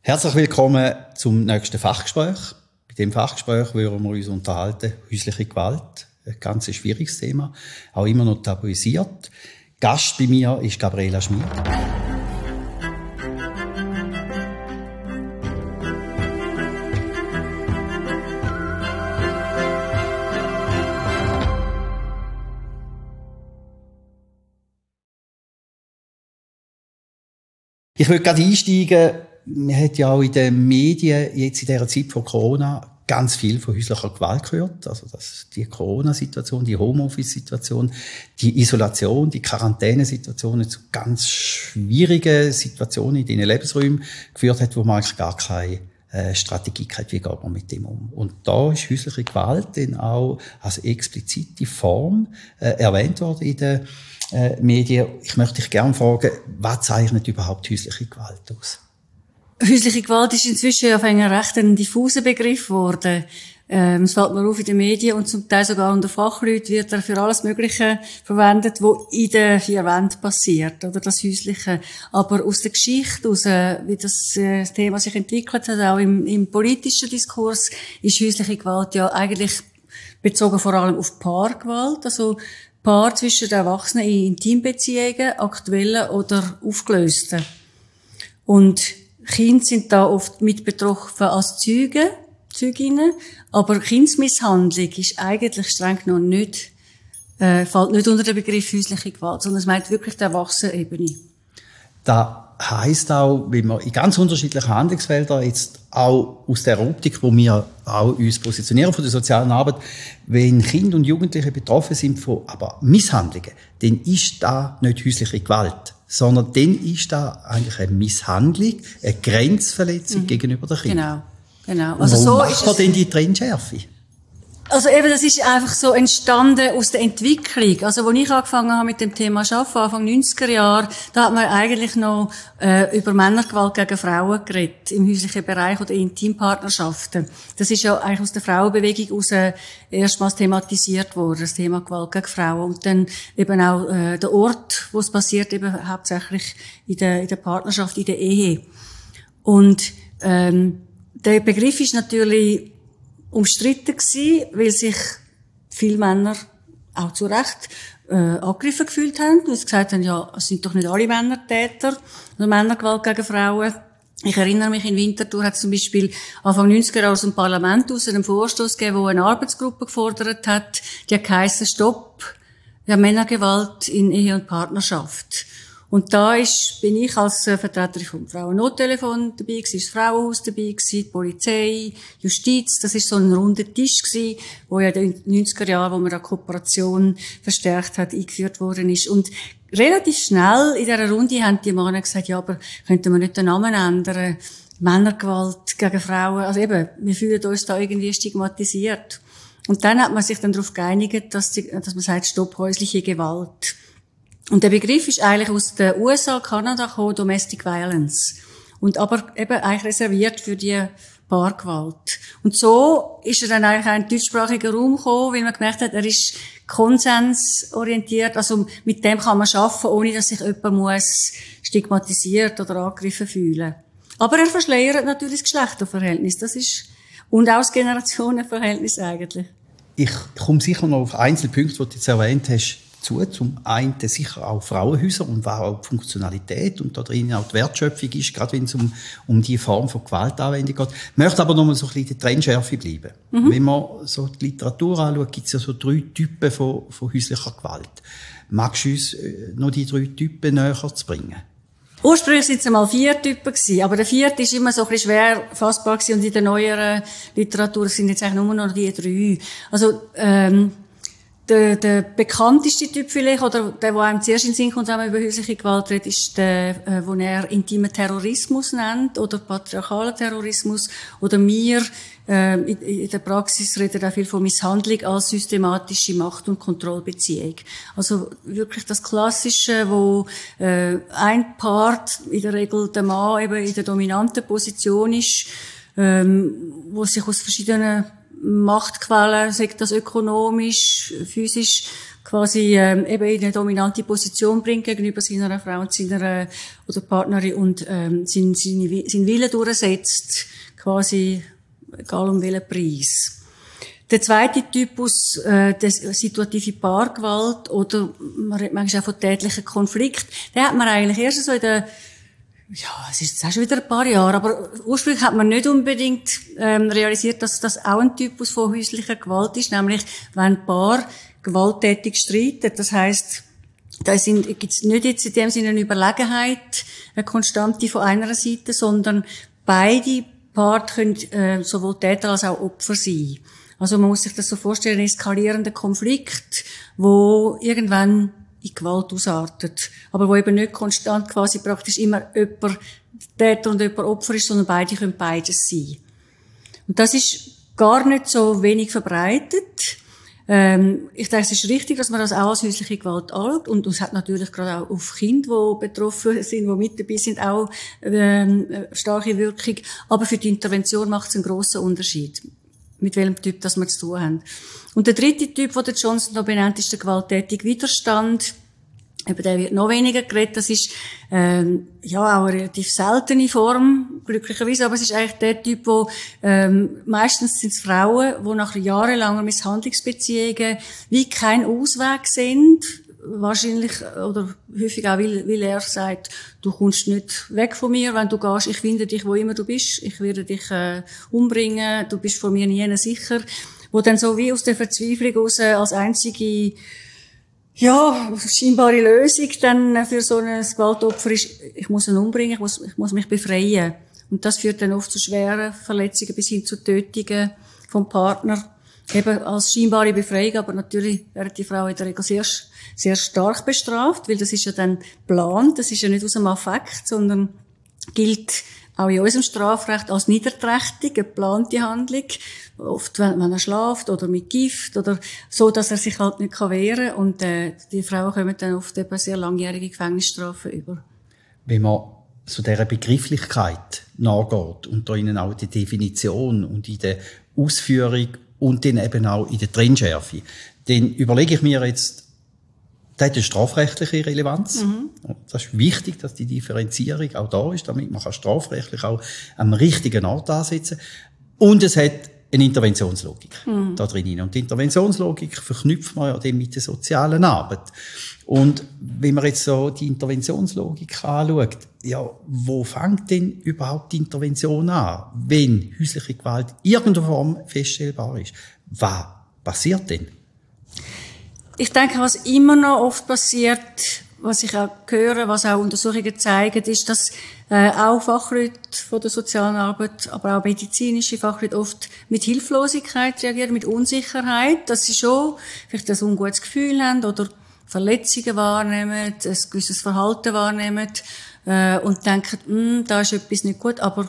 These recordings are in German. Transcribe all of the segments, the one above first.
Herzlich willkommen zum nächsten Fachgespräch. Bei dem Fachgespräch wollen wir uns unterhalten, häusliche Gewalt, ein ganz schwieriges Thema, auch immer noch tabuisiert. Gast bei mir ist Gabriela Schmid. Ich würde gerade einsteigen. Man hat ja auch in den Medien jetzt in dieser Zeit von Corona ganz viel von häuslicher Gewalt gehört. Also die Corona-Situation, die Homeoffice-Situation, die Isolation, die Quarantänesituation zu ganz schwierigen Situationen in diesen Lebensräumen geführt hat, wo man eigentlich gar keine Strategie hat, wie geht man mit dem um. Und da ist häusliche Gewalt dann auch als explizite Form erwähnt worden in den Medien. Ich möchte dich gerne fragen, was zeichnet überhaupt häusliche Gewalt aus? Häusliche Gewalt ist inzwischen auf einen recht diffuser Begriff geworden. Es fällt mir auf in den Medien und zum Teil sogar unter Fachleuten wird er für alles Mögliche verwendet, was in den vier Wänden passiert, oder das Häusliche. Aber aus der Geschichte, wie das Thema sich entwickelt hat, auch im politischen Diskurs, ist häusliche Gewalt ja eigentlich bezogen vor allem auf Paargewalt, also Paar zwischen den Erwachsenen in Intimbeziehungen, aktuellen oder aufgelösten. Und Kinder sind da oft mit betroffen als Zeuginnen, aber Kindsmisshandlung ist eigentlich streng genommen nicht, fällt nicht unter den Begriff häusliche Gewalt, sondern es meint wirklich die Erwachsenenebene. Das heisst auch, wenn wir in ganz unterschiedlichen Handlungsfeldern jetzt auch aus der Optik, wo wir auch uns positionieren von der sozialen Arbeit, wenn Kinder und Jugendliche betroffen sind von aber Misshandlungen, dann ist da nicht häusliche Gewalt, sondern dann ist da eigentlich eine Misshandlung, eine Grenzverletzung gegenüber den Kindern. Genau. Also so macht man denn die Trennschärfe? Also eben, das ist einfach so entstanden aus der Entwicklung. Also, als ich angefangen habe mit dem Thema Arbeiten, Anfang 90er Jahre, da hat man eigentlich noch über Männergewalt gegen Frauen geredet, im häuslichen Bereich oder in Intimpartnerschaften. Das ist ja eigentlich aus der Frauenbewegung heraus erstmals thematisiert worden, das Thema Gewalt gegen Frauen. Und dann eben auch der Ort, wo es passiert, eben hauptsächlich in der Partnerschaft, in der Ehe. Und der Begriff ist natürlich umstritten gewesen, weil sich viele Männer auch zu Recht angegriffen gefühlt haben, weil sie gesagt haben, ja, es sind doch nicht alle Männer Täter oder Männergewalt gegen Frauen. Ich erinnere mich, in Winterthur hat es zum Beispiel Anfang 90er Jahre aus dem Parlament aus einen Vorstoß gegeben, wo eine Arbeitsgruppe gefordert hat, die hat geheissen, Stopp, ja, Männergewalt in Ehe und Partnerschaft. Und da bin ich als Vertreterin vom Frauennottelefon dabei gewesen, das Frauenhaus dabei gewesen, die Polizei, Justiz. Das ist so ein runder Tisch gewesen, wo ja in den 90er Jahren, wo man eine Kooperation verstärkt hat, eingeführt worden ist. Und relativ schnell in dieser Runde haben die Männer gesagt, ja, aber könnten wir nicht den Namen ändern? Männergewalt gegen Frauen. Also eben, wir fühlen uns da irgendwie stigmatisiert. Und dann hat man sich dann darauf geeinigt, dass man sagt, stopp häusliche Gewalt. Und der Begriff ist eigentlich aus den USA, Kanada gekommen, Domestic Violence. Und aber eben eigentlich reserviert für die Paargewalt. Und so ist er dann eigentlich auch in den deutschsprachigen Raum gekommen, weil man gemerkt hat, er ist konsensorientiert, also mit dem kann man arbeiten, ohne dass sich jemand muss stigmatisiert oder angegriffen fühlen. Aber er verschleiert natürlich das Geschlechterverhältnis, das ist, und auch das Generationenverhältnis eigentlich. Ich komme sicher noch auf einzelne Punkte, die du jetzt erwähnt hast, zum einen sicher auch Frauenhäuser und auch die Funktionalität und da drin auch die Wertschöpfung ist, gerade wenn es um die Form von Gewaltanwendung geht. Ich möchte aber noch mal so ein bisschen in der Trennschärfe bleiben. Wenn man so die Literatur anschaut, gibt es ja so 3 Typen von häuslicher Gewalt. Magst du uns noch die 3 Typen näher zu bringen? Ursprünglich sind es einmal 4 Typen gewesen, aber der 4. ist immer so ein bisschen schwer fassbar gewesen und in der neueren Literatur sind jetzt eigentlich nur noch die 3. Also, der bekannteste Typ vielleicht, oder der einem zuerst in den Sinn kommt, wenn man über häusliche Gewalt redet, ist der, wo er intimen Terrorismus nennt, oder patriarchalen Terrorismus, oder wir, in der Praxis reden auch viel von Misshandlung als systematische Macht- und Kontrollbeziehung. Also wirklich das Klassische, wo ein Part, in der Regel der Mann, eben in der dominanten Position ist, wo sich aus verschiedenen Machtquellen, sei das ökonomisch, physisch, quasi eben in eine dominante Position bringt gegenüber seiner Frau und seiner oder Partnerin und seinen Willen durchsetzt, quasi egal um welchen Preis. Der zweite Typus, der situative Paargewalt oder man redet manchmal auch von tätlichen Konflikt, den hat man eigentlich erst so in der, ja, es ist jetzt auch schon wieder ein paar Jahre, aber ursprünglich hat man nicht unbedingt realisiert, dass das auch ein Typus von häuslicher Gewalt ist, nämlich wenn ein Paar gewalttätig streiten. Das heisst, da gibt's nicht jetzt in dem Sinne eine Überlegenheit, eine konstante von einer Seite, sondern beide Part können sowohl Täter als auch Opfer sein. Also man muss sich das so vorstellen, ein eskalierender Konflikt, wo irgendwann in Gewalt ausartet. Aber wo eben nicht konstant quasi praktisch immer jemand Täter und jemand Opfer ist, sondern beide können beides sein. Und das ist gar nicht so wenig verbreitet. Ich denke, es ist richtig, dass man das auch als häusliche Gewalt anschaut. Und es hat natürlich gerade auch auf Kinder, die betroffen sind, die mit dabei sind, auch starke Wirkung. Aber für die Intervention macht es einen grossen Unterschied, mit welchem Typ das wir zu tun haben. Und der dritte Typ, den der Johnson noch benannt, ist der gewalttätige Widerstand. Über den wird noch weniger geredet. Das ist ja auch eine relativ seltene Form, glücklicherweise. Aber es ist eigentlich der Typ, wo meistens sind es Frauen, die nach jahrelanger Misshandlungsbeziehungen wie kein Ausweg sind. Wahrscheinlich, oder häufig auch, weil er sagt, du kommst nicht weg von mir, wenn du gehst, ich finde dich, wo immer du bist, ich werde dich umbringen, du bist von mir nie sicher. Wo dann so wie aus der Verzweiflung raus als einzige, ja, scheinbare Lösung dann für so ein Gewaltopfer ist, ich muss ihn umbringen, ich muss mich befreien. Und das führt dann oft zu schweren Verletzungen bis hin zu Tötungen vom Partner. Eben als scheinbare Befreiung, aber natürlich wird die Frau in der Regel sehr, sehr stark bestraft, weil das ist ja dann geplant, das ist ja nicht aus dem Affekt, sondern gilt auch in unserem Strafrecht als niederträchtig, eine geplante Handlung. Oft, wenn er schläft oder mit Gift oder so, dass er sich halt nicht wehren kann. Und die Frauen kommen dann oft eben sehr langjährige Gefängnisstrafen über. Wenn man zu dieser Begrifflichkeit nachgeht und da ihnen auch die Definition und in der Ausführung und dann eben auch in der Trennschärfe, dann überlege ich mir jetzt, das hat eine strafrechtliche Relevanz. Das ist wichtig, dass die Differenzierung auch da ist, damit man strafrechtlich auch am richtigen Ort ansetzen kann. Und es hat eine Interventionslogik da drin. Und die Interventionslogik verknüpft man ja dann mit der sozialen Arbeit. Und wenn man jetzt so die Interventionslogik anschaut, ja, wo fängt denn überhaupt die Intervention an, wenn häusliche Gewalt in irgendeiner Form feststellbar ist? Was passiert denn? Ich denke, was immer noch oft passiert, was ich auch höre, was auch Untersuchungen zeigen, ist, dass auch Fachleute von der sozialen Arbeit, aber auch medizinische Fachleute oft mit Hilflosigkeit reagieren, mit Unsicherheit, dass sie schon vielleicht ein ungutes Gefühl haben oder Verletzungen wahrnehmen, ein gewisses Verhalten wahrnehmen und denken, da ist etwas nicht gut, aber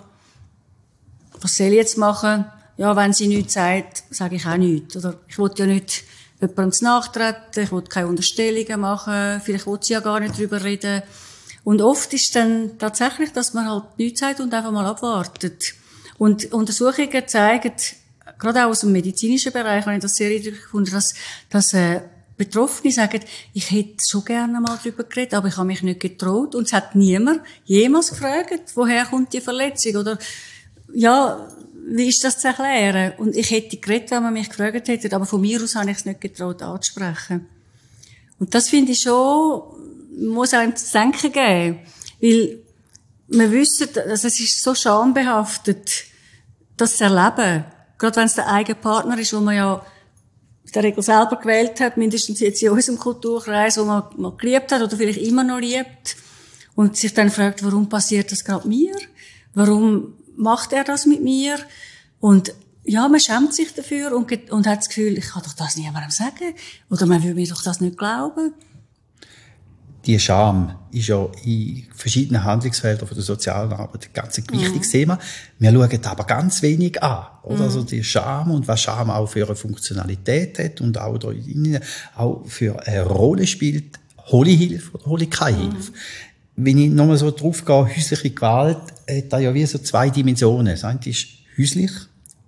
was soll ich jetzt machen? Ja, wenn sie nichts sagt, sage ich auch nichts. Oder ich will ja nicht jemandem nachtreten, ich will keine Unterstellungen machen, vielleicht will sie ja gar nicht drüber reden. Und oft ist dann tatsächlich, dass man halt nichts sagt und einfach mal abwartet. Und Untersuchungen zeigen, gerade auch aus dem medizinischen Bereich, habe ich das sehr eindrücklich gefunden, dass Betroffene sagen, ich hätte schon gerne mal drüber geredet, aber ich habe mich nicht getraut. Und es hat niemand jemals gefragt, woher kommt die Verletzung? Oder, ja, wie ist das zu erklären? Und ich hätte geredet, wenn man mich gefragt hätte, aber von mir aus habe ich es nicht getraut anzusprechen. Und das finde ich schon, muss einem zu denken geben. Weil wir wissen, also es ist so schambehaftet, das zu erleben. Gerade wenn es der eigene Partner ist, wo man ja in der Regel selber gewählt hat, mindestens jetzt in unserem Kulturkreis, wo man mal geliebt hat oder vielleicht immer noch liebt. Und sich dann fragt, warum passiert das gerade mir? Warum macht er das mit mir? Und ja, man schämt sich dafür und hat das Gefühl, ich kann doch das niemandem sagen. Oder man will mir doch das nicht glauben. Die Scham ist ja in verschiedenen Handlungsfeldern von der sozialen Arbeit ein ganz wichtiges Thema. Wir schauen aber ganz wenig an. Oder? Also die Scham und was Scham auch für eine Funktionalität hat und auch da innen auch für eine Rolle spielt, hole ich Hilfe oder hole ich keine Hilfe. Wenn ich nochmal so drauf gehe, häusliche Gewalt hat da ja wie so zwei Dimensionen. Das eine ist häuslich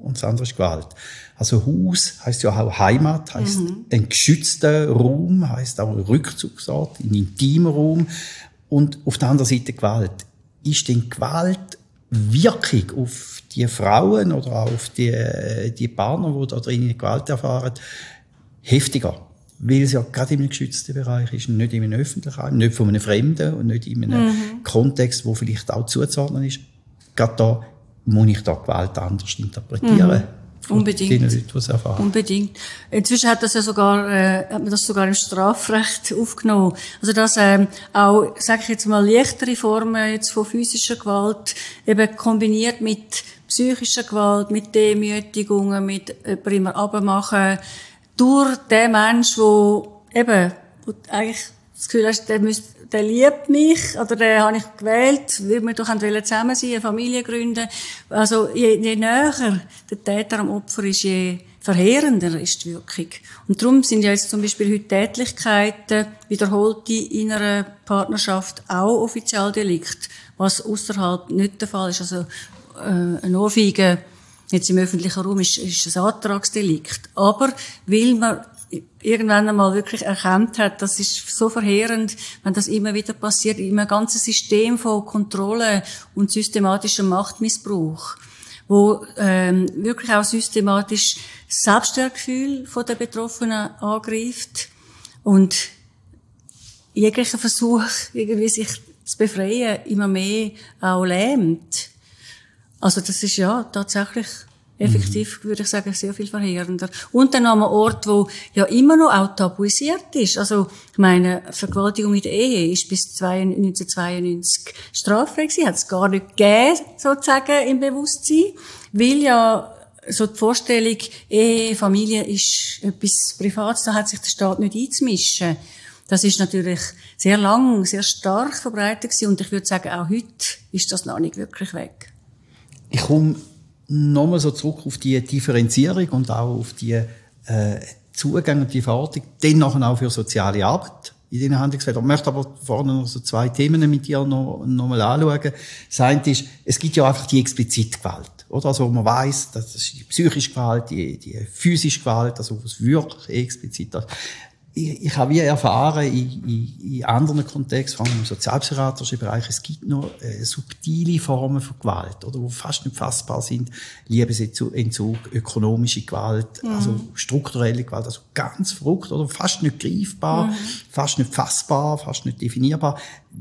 und das andere ist Gewalt. Also Haus heisst ja auch Heimat, heisst ein geschützter Raum, heisst auch ein Rückzugsort, ein intimer Raum. Und auf der anderen Seite Gewalt. Ist denn Gewalt Wirkung auf die Frauen oder auch auf die Partner, die da drinnen Gewalt erfahren, heftiger? Weil es ja gerade in einem geschützten Bereich ist, nicht in einem öffentlichen, nicht von einem Fremden und nicht in einem Kontext, wo vielleicht auch zuzuordnen ist. Gerade da muss ich da Gewalt anders interpretieren. Unbedingt. Den Leuten, die es erfahren. Unbedingt. Inzwischen hat das ja sogar, hat man das sogar im Strafrecht aufgenommen. Also, dass, auch, sag ich jetzt mal, leichtere Formen jetzt von physischer Gewalt eben kombiniert mit psychischer Gewalt, mit Demütigungen, mit jemandem immer runtermachen, durch den Mensch, wo eigentlich das Gefühl hast, der liebt mich, oder den habe ich gewählt, weil wir doch zusammen sein, eine Familie gründen. Also, je näher der Täter am Opfer ist, je verheerender ist die Wirkung. Und darum sind ja jetzt zum Beispiel heute Tätlichkeiten, wiederholte in einer Partnerschaft auch Offizialdelikt, was außerhalb nicht der Fall ist. Also, ein Ohrfeige jetzt im öffentlichen Raum ist ein Antragsdelikt. Aber, weil man irgendwann einmal wirklich erkannt hat, das ist so verheerend, wenn das immer wieder passiert, in einem ganzen System von Kontrolle und systematischem Machtmissbrauch, wo wirklich auch systematisch das Selbstwertgefühl von der Betroffenen angreift und jeglicher Versuch, irgendwie sich zu befreien, immer mehr auch lähmt. Also das ist ja tatsächlich effektiv, würde ich sagen, sehr viel verheerender. Und dann an einem Ort, wo ja immer noch auch tabuisiert ist. Also, ich meine, Vergewaltigung in der Ehe ist bis 1992 straffrei gewesen, hat es gar nicht gegeben, sozusagen, im Bewusstsein. Weil ja so die Vorstellung, Ehe, Familie ist etwas Privates, da hat sich der Staat nicht einzumischen. Das ist natürlich sehr lang, sehr stark verbreitet gewesen. Und ich würde sagen, auch heute ist das noch nicht wirklich weg. Ich komme nochmal so zurück auf die Differenzierung und auch auf die Zugang und die Verortung, dann nachher auch für soziale Arbeit in diesen Handlungsfeldern. Ich möchte aber vorne noch so zwei Themen mit dir noch mal anschauen. Das eine ist, es gibt ja einfach die explizite Gewalt, oder? Also man weiss, das ist die psychische Gewalt, die physische Gewalt, also was wirklich explizit ist. Ich habe wie erfahren in anderen Kontexten, vor allem im sozialpsychiatrischen Bereich, es gibt noch subtile Formen von Gewalt, oder, die fast nicht fassbar sind. Liebesentzug, ökonomische Gewalt, also strukturelle Gewalt, also ganz verrückt, oder fast nicht greifbar, fast nicht fassbar, fast nicht definierbar.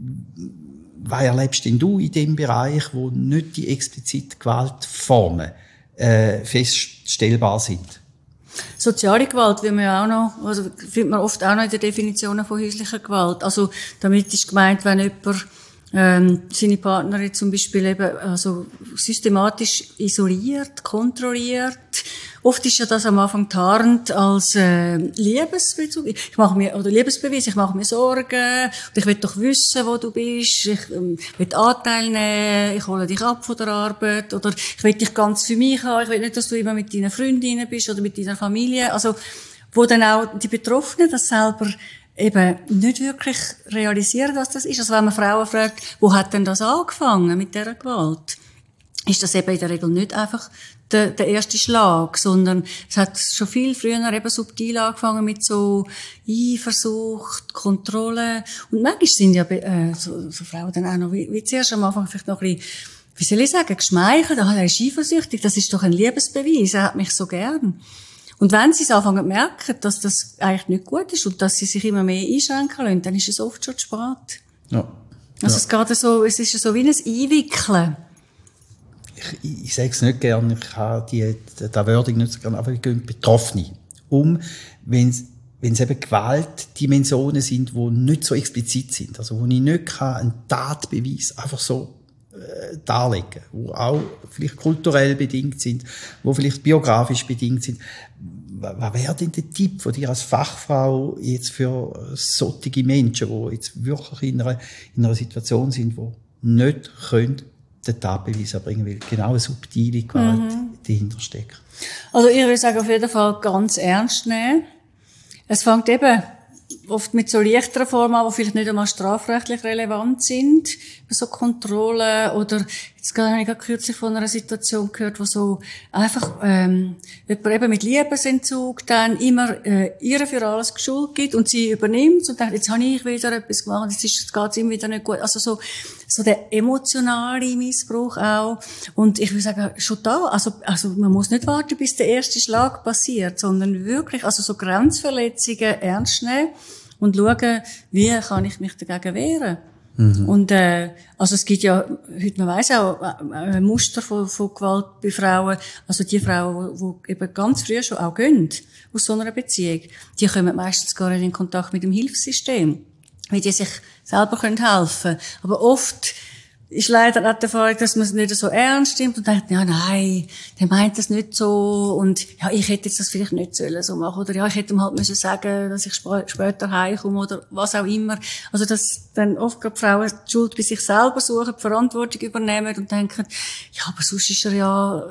Was erlebst denn du in dem Bereich, wo nicht die expliziten Gewaltformen feststellbar sind? Soziale Gewalt will man ja auch noch, also findet man oft auch noch in den Definitionen von häuslicher Gewalt. Also damit ist gemeint, wenn jemand seine Partnerin zum Beispiel eben also systematisch isoliert, kontrolliert. Oft ist ja das am Anfang tarnt als Liebesbezug. Liebesbeweis, ich mache mir Sorgen, und ich will doch wissen, wo du bist, ich will Anteil nehmen, ich hole dich ab von der Arbeit, oder ich will dich ganz für mich haben, ich will nicht, dass du immer mit deinen Freundinnen bist oder mit deiner Familie. Also, wo dann auch die Betroffenen das selber eben nicht wirklich realisieren, was das ist. Also wenn man Frauen fragt, wo hat denn das angefangen mit dieser Gewalt? Ist das eben in der Regel nicht einfach der erste Schlag, sondern es hat schon viel früher eben subtil angefangen mit so Eifersucht, Kontrolle. Und manchmal sind ja so Frauen dann auch noch wie zuerst am Anfang vielleicht noch ein bisschen, wie soll ich sagen, geschmeichelt. Er ist eifersüchtig, das ist doch ein Liebesbeweis, er hat mich so gern. Und wenn sie es anfangen zu merken, dass das eigentlich nicht gut ist und dass sie sich immer mehr einschränken lassen, dann ist es oft schon zu spät. Ja. Also es ist so wie ein Einwickeln. Ich sage es nicht gern, ich habe die Wording nicht so gern, aber ich gehe Betroffene wenn es eben Gewaltdimensionen sind, die nicht so explizit sind, also wo ich nicht einen Tatbeweis einfach so darlegen, wo auch vielleicht kulturell bedingt sind, wo vielleicht biografisch bedingt sind. Was wäre denn der Tipp von dir als Fachfrau jetzt für solche Menschen, die jetzt wirklich in einer Situation sind, die nicht können den Tatbeweis erbringen, weil genau eine subtile Gewalt dahinter steckt? Also ich würde sagen, auf jeden Fall ganz ernst nehmen. Es fängt eben oft mit so leichteren Formen, die vielleicht nicht einmal strafrechtlich relevant sind, so Kontrollen oder jetzt habe ich gerade kürzlich von einer Situation gehört, wo so einfach jemand eben mit Liebesentzug dann immer ihr für alles Schuld gibt und sie übernimmt und denkt, jetzt habe ich wieder etwas gemacht, jetzt geht es ihm wieder nicht gut. Also so der emotionale Missbrauch auch. Und ich würde sagen, schon da, also man muss nicht warten, bis der erste Schlag passiert, sondern wirklich, also so Grenzverletzungen ernst nehmen und schauen, wie kann ich mich dagegen wehren. Mhm. Und also es gibt ja heute, man weiss auch, ein Muster von Gewalt bei Frauen, also die Frauen, die eben ganz früh schon auch gehen aus so einer Beziehung, die kommen meistens gar nicht in Kontakt mit dem Hilfssystem, wie die sich selber helfen können. Aber oft ist leider auch die Erfahrung, dass man es nicht so ernst nimmt und denkt, ja, nein, der meint das nicht so und ja, ich hätte jetzt das vielleicht nicht so machen oder ja, ich hätte ihm halt müssen sagen, dass ich später heimkomme oder was auch immer. Also, dass dann oft gerade Frauen die Schuld bei sich selber suchen, die Verantwortung übernehmen und denken, ja, aber sonst ist er ja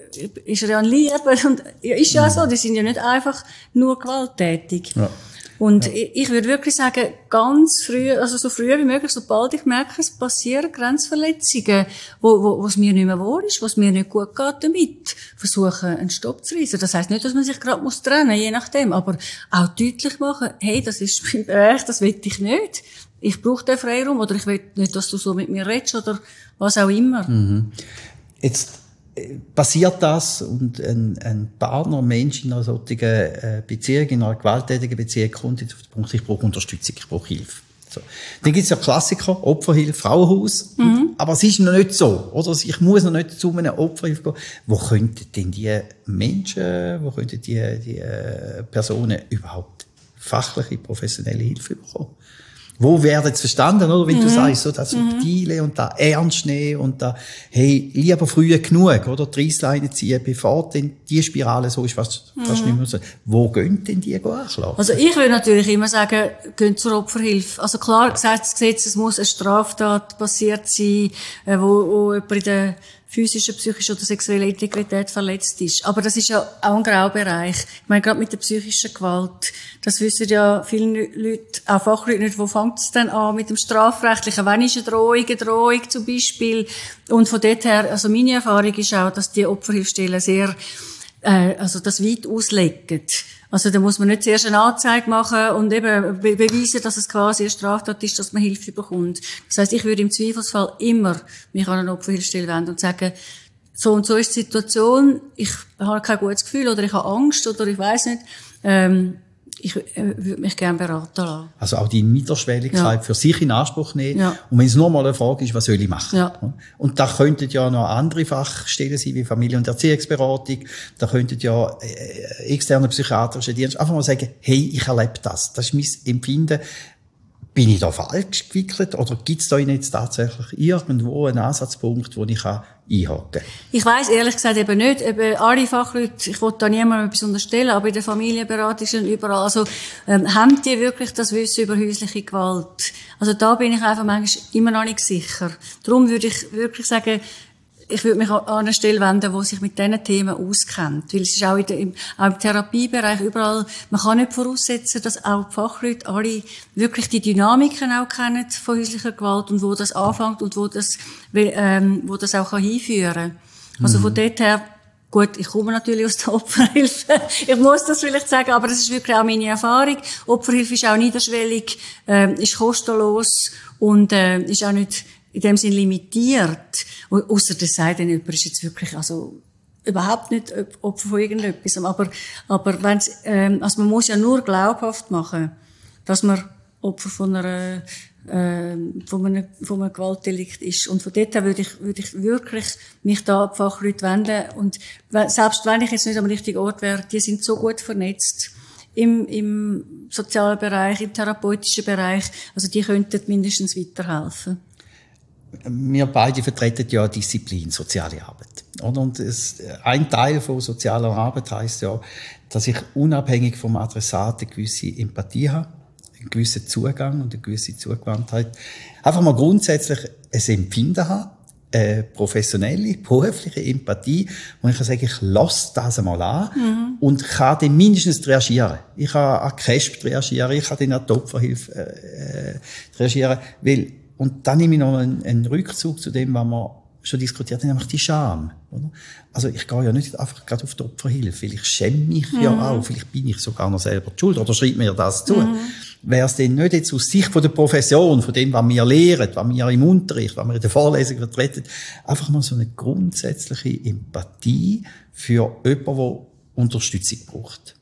ein Liebe und ja, ist ja so, die sind ja nicht einfach nur gewalttätig. Ja. Und ich würde wirklich sagen, ganz früh, also so früh wie möglich, sobald ich merke, es passieren Grenzverletzungen, wo es mir nicht mehr wohl ist, wo es mir nicht gut geht damit, versuchen, einen Stopp zu reissen. Das heisst nicht, dass man sich gerade trennen muss, je nachdem, aber auch deutlich machen, hey, das ist mein Bereich, das will ich nicht. Ich brauche den Freiraum, oder ich will nicht, dass du so mit mir redest, oder was auch immer. Mhm. Jetzt passiert das und ein Partner, ein Mensch in einer solchen Beziehung, in einer gewalttätigen Beziehung kommt jetzt auf den Punkt, ich brauche Unterstützung, ich brauche Hilfe. So. Dann gibt es ja Klassiker, Opferhilfe, Frauenhaus, aber es ist noch nicht so, oder? Ich muss noch nicht zu einer Opferhilfe gehen. Wo könnten denn die Menschen, wo könnten die Personen überhaupt fachliche, professionelle Hilfe bekommen? Wo werden es verstanden, oder? Wenn du sagst, so das Subtile und da ernst nehmen und da, hey, lieber früher genug, oder? Die Reissleine ziehen, bevor denn die Spirale so ist, fast nicht mehr so. Wo gehen denn die anschlagen? Also ich würde natürlich immer sagen, gehen zur Opferhilfe. Also klar, gesagt, das Gesetz, es muss eine Straftat passiert sein, wo jemand in der physischen, psychische oder sexuelle Integrität verletzt ist. Aber das ist ja auch ein Graubereich. Ich meine, gerade mit der psychischen Gewalt, das wissen ja viele Leute, auch Fachleute nicht, wo fängt es denn an mit dem Strafrechtlichen? Wann ist eine Drohung zum Beispiel? Und von dort her, also meine Erfahrung ist auch, dass die Opferhilfestellen sehr, also das weit auslegen. Also da muss man nicht zuerst eine Anzeige machen und eben beweisen, dass es quasi eine Straftat ist, dass man Hilfe bekommt. Das heisst, ich würde im Zweifelsfall immer mich an eine Opferhilfestelle wenden und sagen, so und so ist die Situation, ich habe kein gutes Gefühl oder ich habe Angst oder ich weiss nicht, ich würde mich gerne beraten lassen. Also auch die Niederschwelligkeit für sich in Anspruch nehmen. Ja. Und wenn es nur mal eine Frage ist, was soll ich machen? Ja. Und da könnten ja noch andere Fachstellen sein, wie Familie- und Erziehungsberatung. Da könnten ja externe psychiatrische Dienste einfach mal sagen, hey, ich erlebe das. Das ist mein Empfinden. Bin ich da falsch gewickelt oder gibt es da jetzt tatsächlich irgendwo einen Ansatzpunkt, wo ich einhaken kann? Ich weiss ehrlich gesagt eben nicht, eben alle Fachleute, ich will da niemandem etwas unterstellen, aber in der Familienberatung und überall, also haben die wirklich das Wissen über häusliche Gewalt? Also da bin ich einfach manchmal immer noch nicht sicher. Darum würde ich wirklich sagen, ich würde mich an eine Stelle wenden, die sich mit diesen Themen auskennt. Weil es ist auch im Therapiebereich überall, man kann nicht voraussetzen, dass auch die Fachleute alle wirklich die Dynamiken auch kennen von häuslicher Gewalt und wo das anfängt und wo das auch hinführen kann. Also von dort her, gut, ich komme natürlich aus der Opferhilfe. Ich muss das vielleicht sagen, aber das ist wirklich auch meine Erfahrung. Opferhilfe ist auch niederschwellig, ist kostenlos und ist auch nicht in dem Sinn limitiert. Ausser das sei denn, jemand ist jetzt wirklich, also, überhaupt nicht Opfer von irgendetwas. Aber wenn's, also man muss ja nur glaubhaft machen, dass man Opfer von einem Gewaltdelikt ist. Und von dort her würde ich wirklich mich da an die Fachleute wenden. Und selbst wenn ich jetzt nicht am richtigen Ort wäre, die sind so gut vernetzt. Im sozialen Bereich, im therapeutischen Bereich. Also die könnten mindestens weiterhelfen. Wir beide vertreten ja Disziplin, soziale Arbeit. Und ein Teil von sozialer Arbeit heisst ja, dass ich unabhängig vom Adressat eine gewisse Empathie habe, einen gewissen Zugang und eine gewisse Zugewandtheit. Einfach mal grundsätzlich ein Empfinden habe, professionelle, berufliche Empathie, wo ich kann sagen, ich lasse das einmal an und kann dann mindestens reagieren. Ich kann an CASP reagieren, ich kann dann an die Opferhilfe reagieren, und dann nehme ich noch einen Rückzug zu dem, was wir schon diskutiert haben, nämlich die Scham. Oder? Also ich gehe ja nicht einfach gerade auf die Opferhilfe, weil ich schäme mich ja auch, vielleicht bin ich sogar noch selber die Schuld, oder schreibt mir das zu. Wäre es denn nicht jetzt aus Sicht von der Profession, von dem, was wir lehren, was wir im Unterricht, was wir in der Vorlesung vertreten, einfach mal so eine grundsätzliche Empathie für jemanden, der Unterstützung braucht?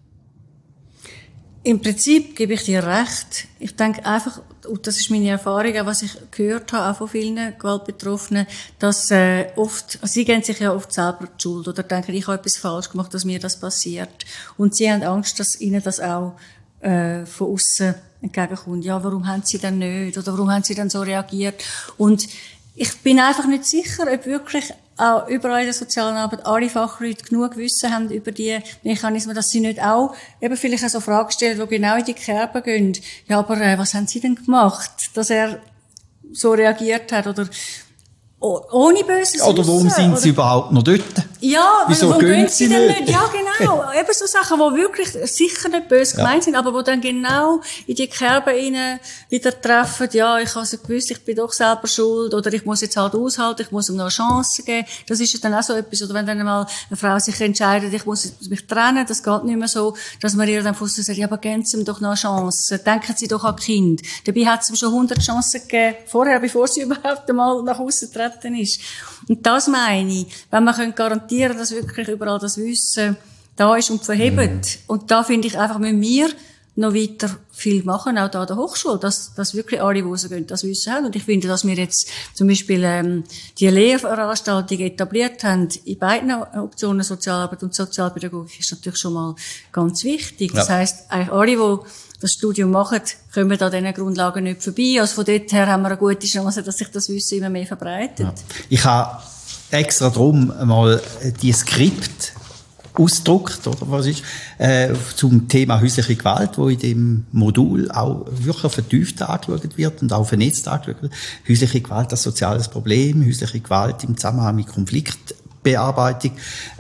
Im Prinzip gebe ich dir recht. Ich denke einfach, und das ist meine Erfahrung, auch was ich gehört habe, auch von vielen Gewaltbetroffenen, dass oft, also sie geben sich ja oft selber die Schuld oder denken, ich habe etwas falsch gemacht, dass mir das passiert. Und sie haben Angst, dass ihnen das auch von außen entgegenkommt. Ja, warum haben sie denn nicht? Oder warum haben sie dann so reagiert? Und ich bin einfach nicht sicher, ob wirklich auch überall in der sozialen Arbeit alle Fachleute genug Wissen haben über die Mechanismen, dass sie nicht auch eben vielleicht so Fragen stellen, die genau in die Kerbe gehen. Ja, aber was haben sie denn gemacht, dass er so reagiert hat? Oder ohne böses Wissen. Oder warum sind sie überhaupt noch dort? Ja, wieso gehen sie denn nicht? Ja, genau. Eben so Sachen, die wirklich sicher nicht böse gemeint sind, aber die dann genau in die Kerbe rein wieder treffen. Ja, ich habe es gewusst, ich bin doch selber schuld, oder ich muss jetzt halt aushalten, ich muss ihm noch eine Chance geben. Das ist ja dann auch so etwas. Oder wenn dann mal eine Frau sich entscheidet, ich muss mich trennen, das geht nicht mehr so, dass man ihr dann fast sagt, ja, aber geben Sie ihm doch noch eine Chance. Denken Sie doch an Kind. Dabei hat es ihm schon 100 Chancen gegeben, vorher, bevor sie überhaupt einmal nach außen treten ist. Und das meine ich. Wenn man garantieren kann, dass wirklich überall das Wissen da ist und verhebt. Und da finde ich einfach, müssen wir noch weiter viel machen, auch da an der Hochschule, dass wirklich alle, die rausgehen, das Wissen haben. Und ich finde, dass wir jetzt zum Beispiel die Lehrveranstaltung etabliert haben, in beiden Optionen, Sozialarbeit und Sozialpädagogik, ist natürlich schon mal ganz wichtig. Ja. Das heisst, eigentlich alle, die das Studium machen, kommen an diesen Grundlagen nicht vorbei. Also von dort her haben wir eine gute Chance, dass sich das Wissen immer mehr verbreitet. Ja. Ich habe extra drum mal die Skript ausgedruckt, oder was ist, zum Thema häusliche Gewalt, wo in dem Modul auch wirklich vertieft angeschaut wird und auch vernetzt angeschaut wird. Häusliche Gewalt als soziales Problem, häusliche Gewalt im Zusammenhang mit Konfliktbearbeitung.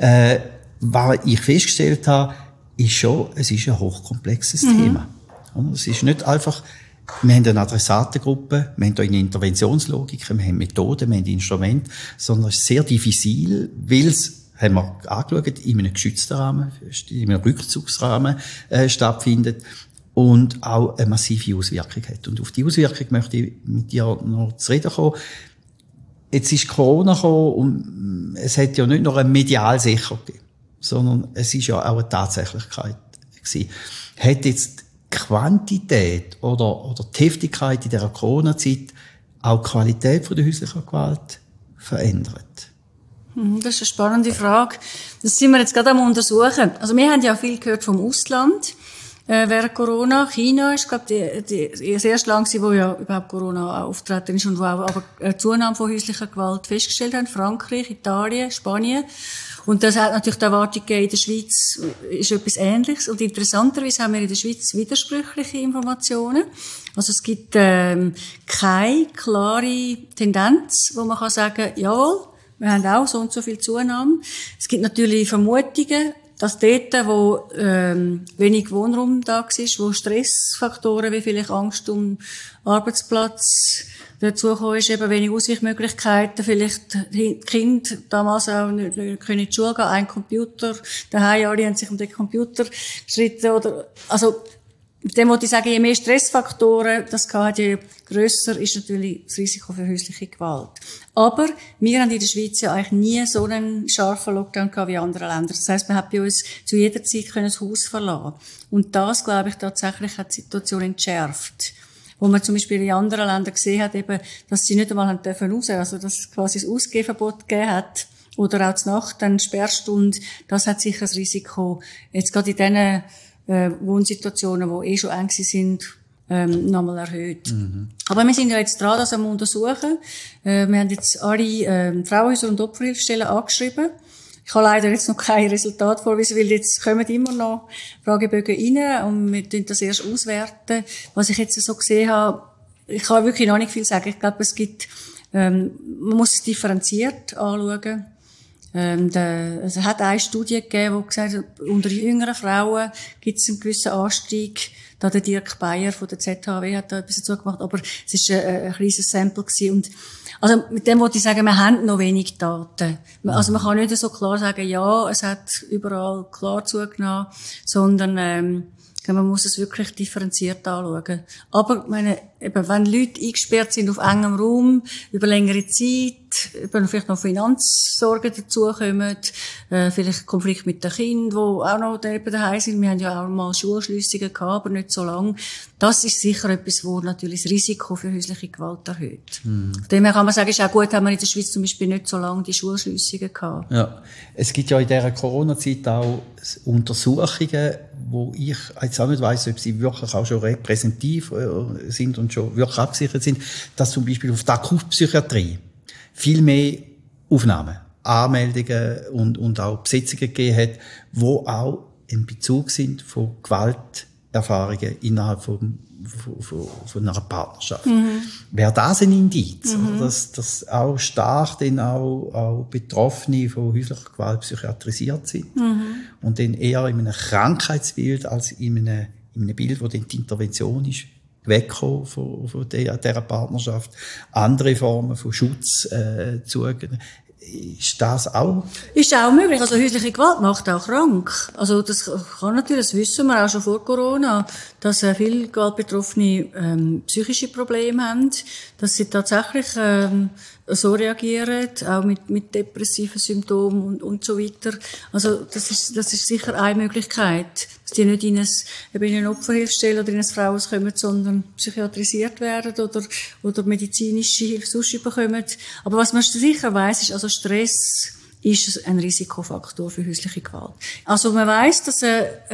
Was ich festgestellt habe, ist schon, es ist ein hochkomplexes Thema. Es ist nicht einfach, wir haben eine Adressatengruppe, wir haben eine Interventionslogik, wir haben Methoden, wir haben Instrumente, sondern es ist sehr diffizil, weil es, haben wir angeschaut, in einem geschützten Rahmen, in einem Rückzugsrahmen stattfindet und auch eine massive Auswirkung hat. Und auf die Auswirkung möchte ich mit dir noch zu reden kommen. Jetzt ist Corona gekommen und es hat ja nicht nur ein Medialsicher gegeben, sondern es ist ja auch eine Tatsächlichkeit gewesen. Hat jetzt die Quantität oder die Heftigkeit in dieser Corona-Zeit auch die Qualität von der häuslichen Gewalt verändert? Das ist eine spannende Frage. Das sind wir jetzt gerade am Untersuchen. Also wir haben ja viel gehört vom Ausland während Corona. China ist, glaube ich, das erste Land, wo ja überhaupt Corona auftreten ist und wo auch aber eine Zunahme von häuslicher Gewalt festgestellt haben. Frankreich, Italien, Spanien. Und das hat natürlich die Erwartung gegeben, in der Schweiz ist etwas Ähnliches. Und interessanterweise haben wir in der Schweiz widersprüchliche Informationen. Also es gibt keine klare Tendenz, wo man kann sagen, jawohl, wir haben auch so und so viel Zunahme. Es gibt natürlich Vermutungen, dass dort, wo wenig Wohnraum da war, wo Stressfaktoren wie vielleicht Angst um Arbeitsplatz dazugekommen ist, eben wenig Ausweichmöglichkeiten, vielleicht die Kinder damals auch nicht können in die Schule gehen, ein Computer, daheim alle haben sich um den Computer geschritten, oder, also, mit dem wollte ich sagen, je mehr Stressfaktoren das hat, je grösser ist natürlich das Risiko für häusliche Gewalt. Aber wir haben in der Schweiz ja eigentlich nie so einen scharfen Lockdown gehabt wie andere Länder. Das heisst, man hat bei uns zu jeder Zeit das Haus verlassen. Und das, glaube ich, tatsächlich hat die Situation entschärft. Wo man zum Beispiel in anderen Ländern gesehen hat, eben, dass sie nicht einmal raus dürfen, also dass es quasi das Ausgehverbot gegeben hat. Oder auch zur Nacht, dann Sperrstunde. Das hat sicher das Risiko, jetzt gerade in diesen Wohnsituationen, die schon eng sind, nochmal erhöht. Aber wir sind ja jetzt dran, das am untersuchen. Wir haben jetzt alle Frauenhäuser und Opferhilfestellen angeschrieben. Ich habe leider jetzt noch kein Resultat vorweisen, weil jetzt kommen immer noch Fragebögen rein und wir tun das erst auswerten. Was ich jetzt so gesehen habe, ich kann wirklich noch nicht viel sagen. Ich glaube, es gibt Man muss es differenziert anschauen. Es hat eine Studie gegeben, die gesagt hat, unter jüngeren Frauen gibt es einen gewissen Anstieg. Da der Dirk Beyer von der ZHW hat da etwas dazu gemacht, aber es war ein kleines Sample gewesen. Und also mit dem wollte ich sagen, wir haben noch wenig Daten. Also man kann nicht so klar sagen, ja, es hat überall klar zugenommen, sondern man muss es wirklich differenziert anschauen. Aber, ich meine, eben, wenn Leute eingesperrt sind auf engem Raum, über längere Zeit, vielleicht noch Finanzsorgen dazukommen, vielleicht Konflikt mit den Kindern, die auch noch daheim sind. Wir haben ja auch mal Schulschliessungen gehabt, aber nicht so lange. Das ist sicher etwas, wo natürlich das Risiko für häusliche Gewalt erhöht. Von dem her kann man sagen, es ist auch gut, haben wir in der Schweiz zum Beispiel nicht so lange die Schulschliessungen gehabt. Ja. Es gibt ja in dieser Corona-Zeit auch Untersuchungen, wo ich jetzt auch nicht weiss, ob sie wirklich auch schon repräsentativ sind und schon wirklich abgesichert sind, dass zum Beispiel auf der Akutpsychiatrie viel mehr Aufnahmen, Anmeldungen und auch Besetzungen gegeben hat, wo auch ein Bezug sind von Gewalterfahrungen innerhalb von einer Partnerschaft. Wäre das ein Indiz, dass auch stark dann auch Betroffene von häuslicher Gewalt psychiatrisiert sind und dann eher in einem Krankheitsbild als in einem Bild, wo dann die Intervention ist, wegkommen von dieser Partnerschaft, andere Formen von Schutz zugehen. Ist das auch? Ist auch möglich. Also häusliche Gewalt macht auch krank. Also das kann natürlich, das wissen wir auch schon vor Corona, dass viele Gewaltbetroffene psychische Probleme haben, dass sie tatsächlich so reagieren, auch mit depressiven Symptomen und so weiter. Also das ist sicher eine Möglichkeit, dass die nicht in eine Opferhilfestelle oder in ein Frauenhaus kommen, sondern psychiatrisiert werden oder medizinische Hilfe sonst bekommen. Aber was man sicher weiss, ist, also Stress ist ein Risikofaktor für häusliche Gewalt. Also man weiss, dass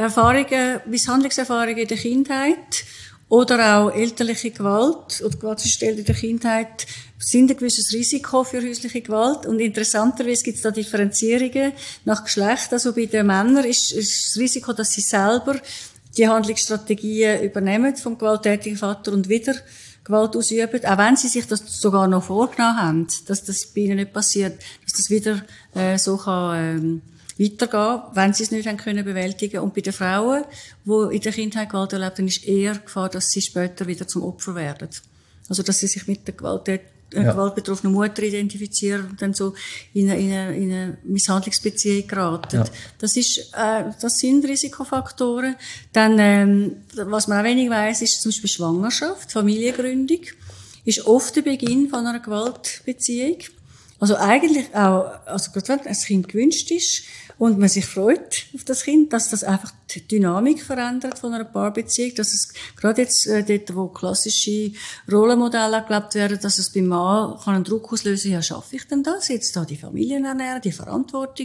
Misshandlungserfahrungen in der Kindheit oder auch elterliche Gewalt oder Gewaltstellen in der Kindheit sind ein gewisses Risiko für häusliche Gewalt. Und interessanterweise gibt es da Differenzierungen nach Geschlecht. Also bei den Männern ist das Risiko, dass sie selber die Handlungsstrategien übernehmen vom gewalttätigen Vater und wieder Gewalt ausüben, auch wenn sie sich das sogar noch vorgenommen haben, dass das bei ihnen nicht passiert, dass das wieder so kann weitergehen, wenn sie es nicht haben können bewältigen. Und bei den Frauen, die in der Kindheit Gewalt erlebt haben, ist eher Gefahr, dass sie später wieder zum Opfer werden. Also dass sie sich mit der gewaltbetroffenen Mutter identifizieren und dann so in eine Misshandlungsbeziehung geraten. Ja. Das sind Risikofaktoren. Dann, was man auch wenig weiss, ist zum Beispiel Schwangerschaft, Familiengründung, ist oft der Beginn von einer Gewaltbeziehung. Also eigentlich auch, also gerade wenn ein Kind gewünscht ist und man sich freut auf das Kind, dass das einfach die Dynamik verändert von einer Paarbeziehung, dass es gerade jetzt dort, wo klassische Rollenmodelle gelebt werden, dass es beim Mann kann einen Druck auslösen, ja, schaffe ich denn das? Jetzt da die Familien ernähren, die Verantwortung,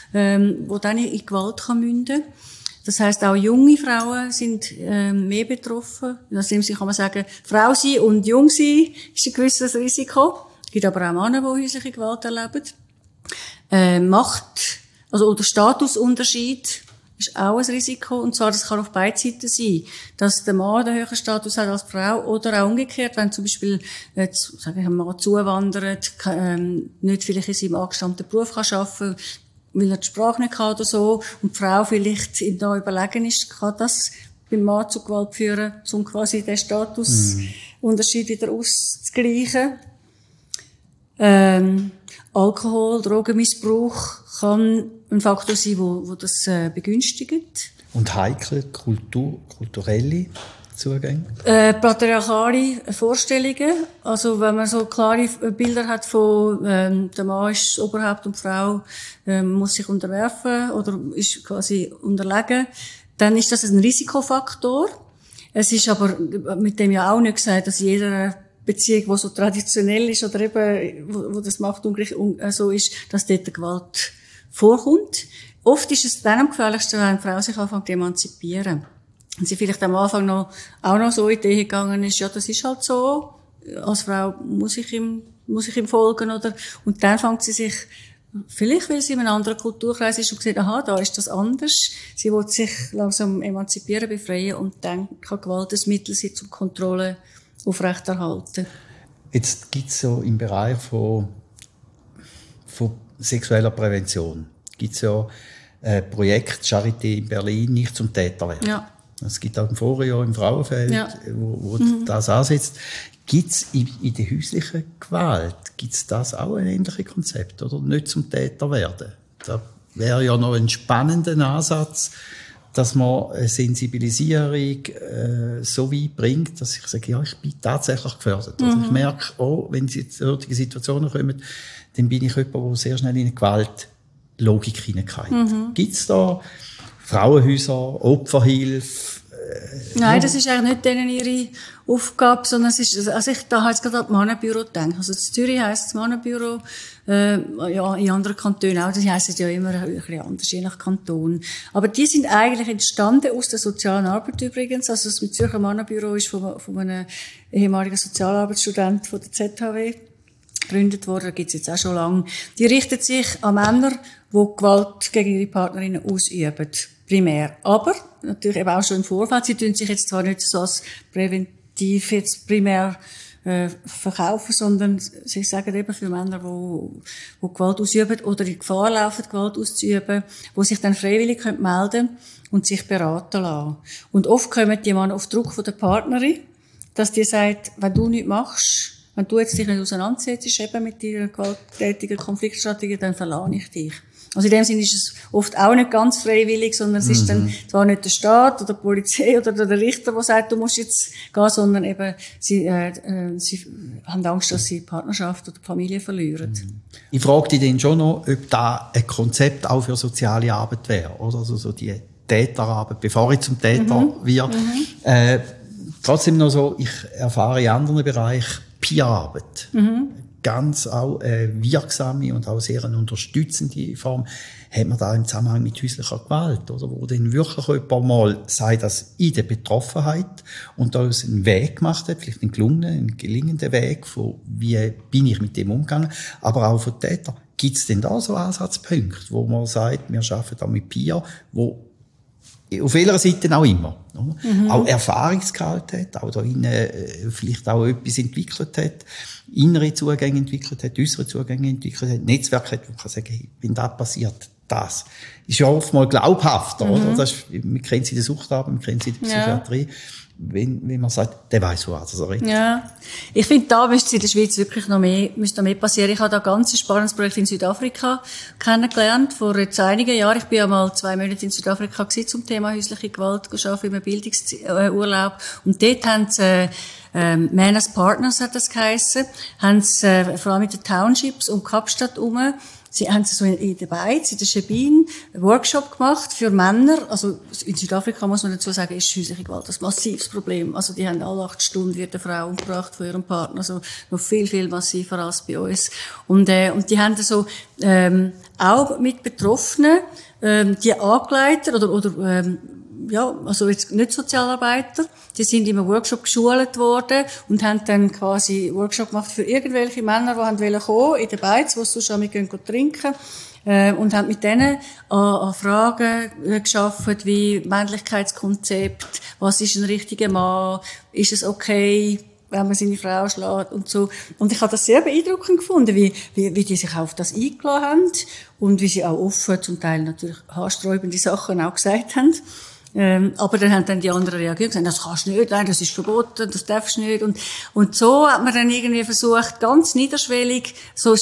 wo dann in Gewalt kann münden. Das heisst, auch junge Frauen sind mehr betroffen. Also kann man sagen, Frau sein und jung sein ist ein gewisses Risiko. Es gibt aber auch Männer, die häusliche Gewalt erleben. Macht, also oder Statusunterschied ist auch ein Risiko. Und zwar, das kann auf beiden Seiten sein. Dass der Mann den höheren Status hat als die Frau oder auch umgekehrt, wenn zum Beispiel, sage ich, ein Mann zuwandert, nicht vielleicht in seinem angestammten Beruf kann arbeiten, weil er die Sprache nicht kann oder so, und die Frau vielleicht da überlegen ist, kann das beim Mann zu Gewalt führen, um quasi den Statusunterschied wieder auszugleichen. Alkohol, Drogenmissbrauch kann ein Faktor sein, wo das begünstigt. Und heikle kulturelle Zugänge? Patriarchale Vorstellungen. Also, wenn man so klare Bilder hat von, der Mann ist das Oberhaupt und die Frau, muss sich unterwerfen oder ist quasi unterlegen, dann ist das ein Risikofaktor. Es ist aber mit dem ja auch nicht gesagt, dass jeder Beziehung, die so traditionell ist oder eben, wo das Macht ungleich so ist, dass dort Gewalt vorkommt. Oft ist es dann am gefährlichsten, wenn eine Frau sich anfängt zu emanzipieren. Und sie vielleicht am Anfang auch noch so in die Idee gegangen ist, ja, das ist halt so, als Frau muss ich ihm folgen, oder? Und dann fängt sie sich, vielleicht weil sie in einem anderen Kulturkreis ist und sieht, aha, da ist das anders. Sie will sich langsam emanzipieren, befreien, und dann kann Gewalt ein Mittel sein, zur Kontrolle aufrechterhalten. Jetzt gibt es so im Bereich von sexueller Prävention gibt es ja Projekt Charité in Berlin, nicht zum Täter werden. Ja. Es gibt auch im Vorjahr im Frauenfeld, wo das ansetzt. Gibt es in der häuslichen Gewalt, gibt's das auch ein ähnliches Konzept, oder? Nicht zum Täter werden. Da wäre ja noch ein spannender Ansatz, dass man eine Sensibilisierung so weit bringt, dass ich sage, ja, ich bin tatsächlich gefährdet. Also ich merke, wenn jetzt solche Situationen kommen, dann bin ich jemand, der sehr schnell in eine Gewaltlogik hineinkommt. Gibt es da Frauenhäuser, Opferhilfe? Nein, das ist eigentlich nicht denen ihre Aufgabe, sondern es ist, also ich da jetzt gerade an das Mannenbüro gedacht. Also in Zürich heisst das Mannenbüro, ja, in anderen Kantonen auch, das heisst ja immer ein bisschen anders, je nach Kanton. Aber die sind eigentlich entstanden aus der sozialen Arbeit übrigens. Also das Zürcher Mannenbüro ist von einem ehemaligen Sozialarbeitsstudent von der ZHW gegründet worden, da gibt's jetzt auch schon lange. Die richtet sich an Männer, die Gewalt gegen ihre Partnerinnen ausüben. Primär. Aber, natürlich eben auch schon im Vorfeld, sie tun sich jetzt zwar nicht so als präventiv jetzt primär verkaufen, sondern sie sagen eben für Männer, die Gewalt ausüben oder in Gefahr laufen, Gewalt auszuüben, die sich dann freiwillig melden können und sich beraten lassen. Und oft kommen die Männer auf Druck von der Partnerin, dass die sagt, wenn du nichts machst, wenn du jetzt dich nicht auseinandersetzt eben mit deiner gewalttätigen Konfliktstrategie, dann verlasse ich dich. Also in dem Sinne ist es oft auch nicht ganz freiwillig, sondern es ist dann zwar nicht der Staat oder die Polizei oder der Richter, der sagt, du musst jetzt gehen, sondern eben sie haben Angst, dass sie die Partnerschaft oder die Familie verlieren. Ich frage dich dann schon noch, ob da ein Konzept auch für soziale Arbeit wäre, oder? Also so die Täterarbeit, bevor ich zum Täter werde. Trotzdem noch so, ich erfahre in anderen Bereichen Peerarbeit. Ganz auch wirksame und auch sehr eine unterstützende Form hat man da im Zusammenhang mit häuslicher Gewalt, oder? Wo dann wirklich jemand mal sagt, dass in der Betroffenheit und daraus einen Weg gemacht hat, vielleicht einen gelingenden Weg von, wie bin ich mit dem umgegangen, aber auch von Tätern. Gibt es denn da so Ansatzpunkte, wo man sagt, wir arbeiten da mit Peer, wo auf welcher Seite auch immer, oder? Auch Erfahrungsgehalt hat, auch da innen vielleicht auch etwas entwickelt hat, innere Zugänge entwickelt hat, äußere Zugänge entwickelt hat, Netzwerk hat, wo man kann sagen, hey, wenn das passiert, das ist ja oftmals glaubhafter, oder? Das ist, wir kennen es in der Suchtarbeit, wir kennen es in der Psychiatrie. Wenn man sagt, der weiss, was er redet. Ja. Ich finde, da müsste in der Schweiz wirklich noch mehr passieren. Ich habe da ein ganz spannendes Projekt in Südafrika kennengelernt, vor jetzt einigen Jahren. Ich bin ja mal 2 Monate in Südafrika gewesen, zum Thema häusliche Gewalt, gearbeitet in einem Bildungsurlaub. Und dort haben sie, Man as Partners hat das geheissen, haben sie, vor allem mit den Townships um Kapstadt herum, sie haben so in der Beiz, in der Schebin, einen Workshop gemacht für Männer. Also, in Südafrika muss man dazu sagen, ist häusliche Gewalt ein massives Problem. Also, die haben alle 8 Stunden wird eine Frau umgebracht von ihrem Partner. Also, noch viel, viel massiver als bei uns. Und die haben so, auch mit Betroffenen, die angeleitet oder ja, also jetzt nicht Sozialarbeiter, die sind in einem Workshop geschult worden und haben dann quasi Workshop gemacht für irgendwelche Männer, die kommen wollten in der Beiz, die sonst auch mit trinken und haben mit denen an Fragen geschaffen, wie Männlichkeitskonzept, was ist ein richtiger Mann, ist es okay, wenn man seine Frau schlägt und so. Und ich habe das sehr beeindruckend gefunden, wie die sich auf das eingeladen haben und wie sie auch offen, zum Teil natürlich haarsträubende Sachen auch gesagt haben. Aber dann haben die anderen reagiert und gesagt, das kannst du nicht, nein, das ist verboten, das darfst du nicht. Und so hat man dann irgendwie versucht, ganz niederschwellig, so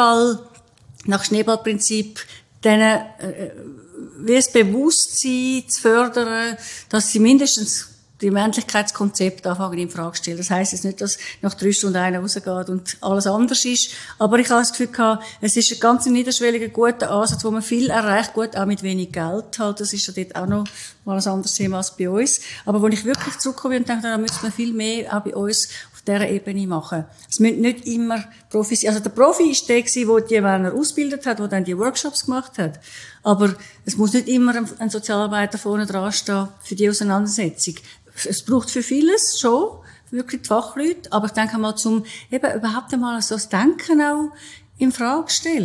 nach Schneeballprinzip, denen, wie das Bewusstsein zu fördern, dass sie mindestens die Männlichkeitskonzepte anfangen in Frage stellen. Das heisst jetzt nicht, dass nach 3 Stunden einer rausgeht und alles anders ist. Aber ich habe das Gefühl gehabt, es ist ein ganz niederschwelliger, guter Ansatz, wo man viel erreicht, gut, auch mit wenig Geld halt. Das ist ja dort auch noch mal ein anderes Thema als bei uns. Aber wo ich wirklich zurückkomme und denke, da müsste man viel mehr auch bei uns auf dieser Ebene machen. Es müssen nicht immer Profis sein. Also der Profi ist der gewesen, der die Männer ausgebildet hat, der dann die Workshops gemacht hat. Aber es muss nicht immer ein Sozialarbeiter vorne dran stehen für die Auseinandersetzung. Es braucht für vieles schon, wirklich die Fachleute, aber ich denke mal, zum eben überhaupt einmal so das Denken auch in Frage stellen.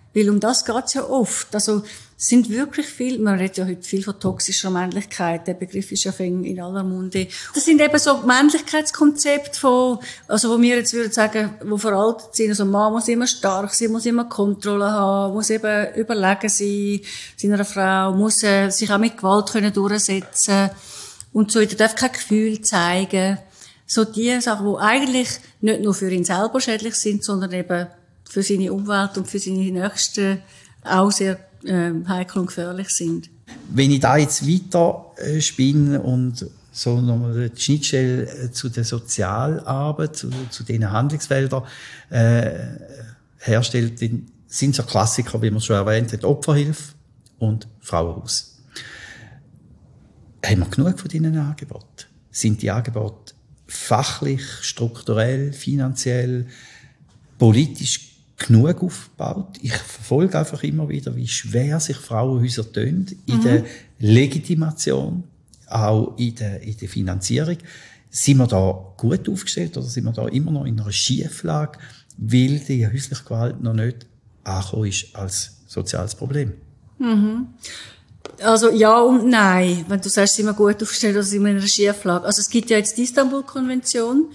Weil um das geht's ja oft. Also, es sind wirklich viel, man redet ja heute viel von toxischer Männlichkeit, der Begriff ist ja in aller Munde. Das sind eben so Männlichkeitskonzepte wo wir jetzt würden sagen, wo veraltet sind. Also, Mann muss immer stark sein, muss immer Kontrolle haben, muss eben überlegen sein, seiner Frau, muss sich auch mit Gewalt können durchsetzen und so, er darf kein Gefühl zeigen. So die Sachen, die eigentlich nicht nur für ihn selber schädlich sind, sondern eben für seine Umwelt und für seine Nächsten auch sehr heikel und gefährlich sind. Wenn ich da jetzt weiter spinne und so nochmal die Schnittstelle zu der Sozialarbeit, zu diesen Handlungsfeldern herstellt, dann sind so Klassiker, wie man schon erwähnt hat, Opferhilfe und Frauenhaus. Haben wir genug von diesen Angeboten? Sind die Angebote fachlich, strukturell, finanziell, politisch genug aufgebaut? Ich verfolge einfach immer wieder, wie schwer sich Frauenhäuser tun in der Legitimation, auch in der Finanzierung. Sind wir da gut aufgestellt oder sind wir da immer noch in einer Schieflage, weil die häusliche Gewalt noch nicht angekommen ist als soziales Problem? Also ja und nein. Wenn du sagst, sind wir gut aufgestellt oder sind wir in einer Schieflage. Also es gibt ja jetzt die Istanbul-Konvention,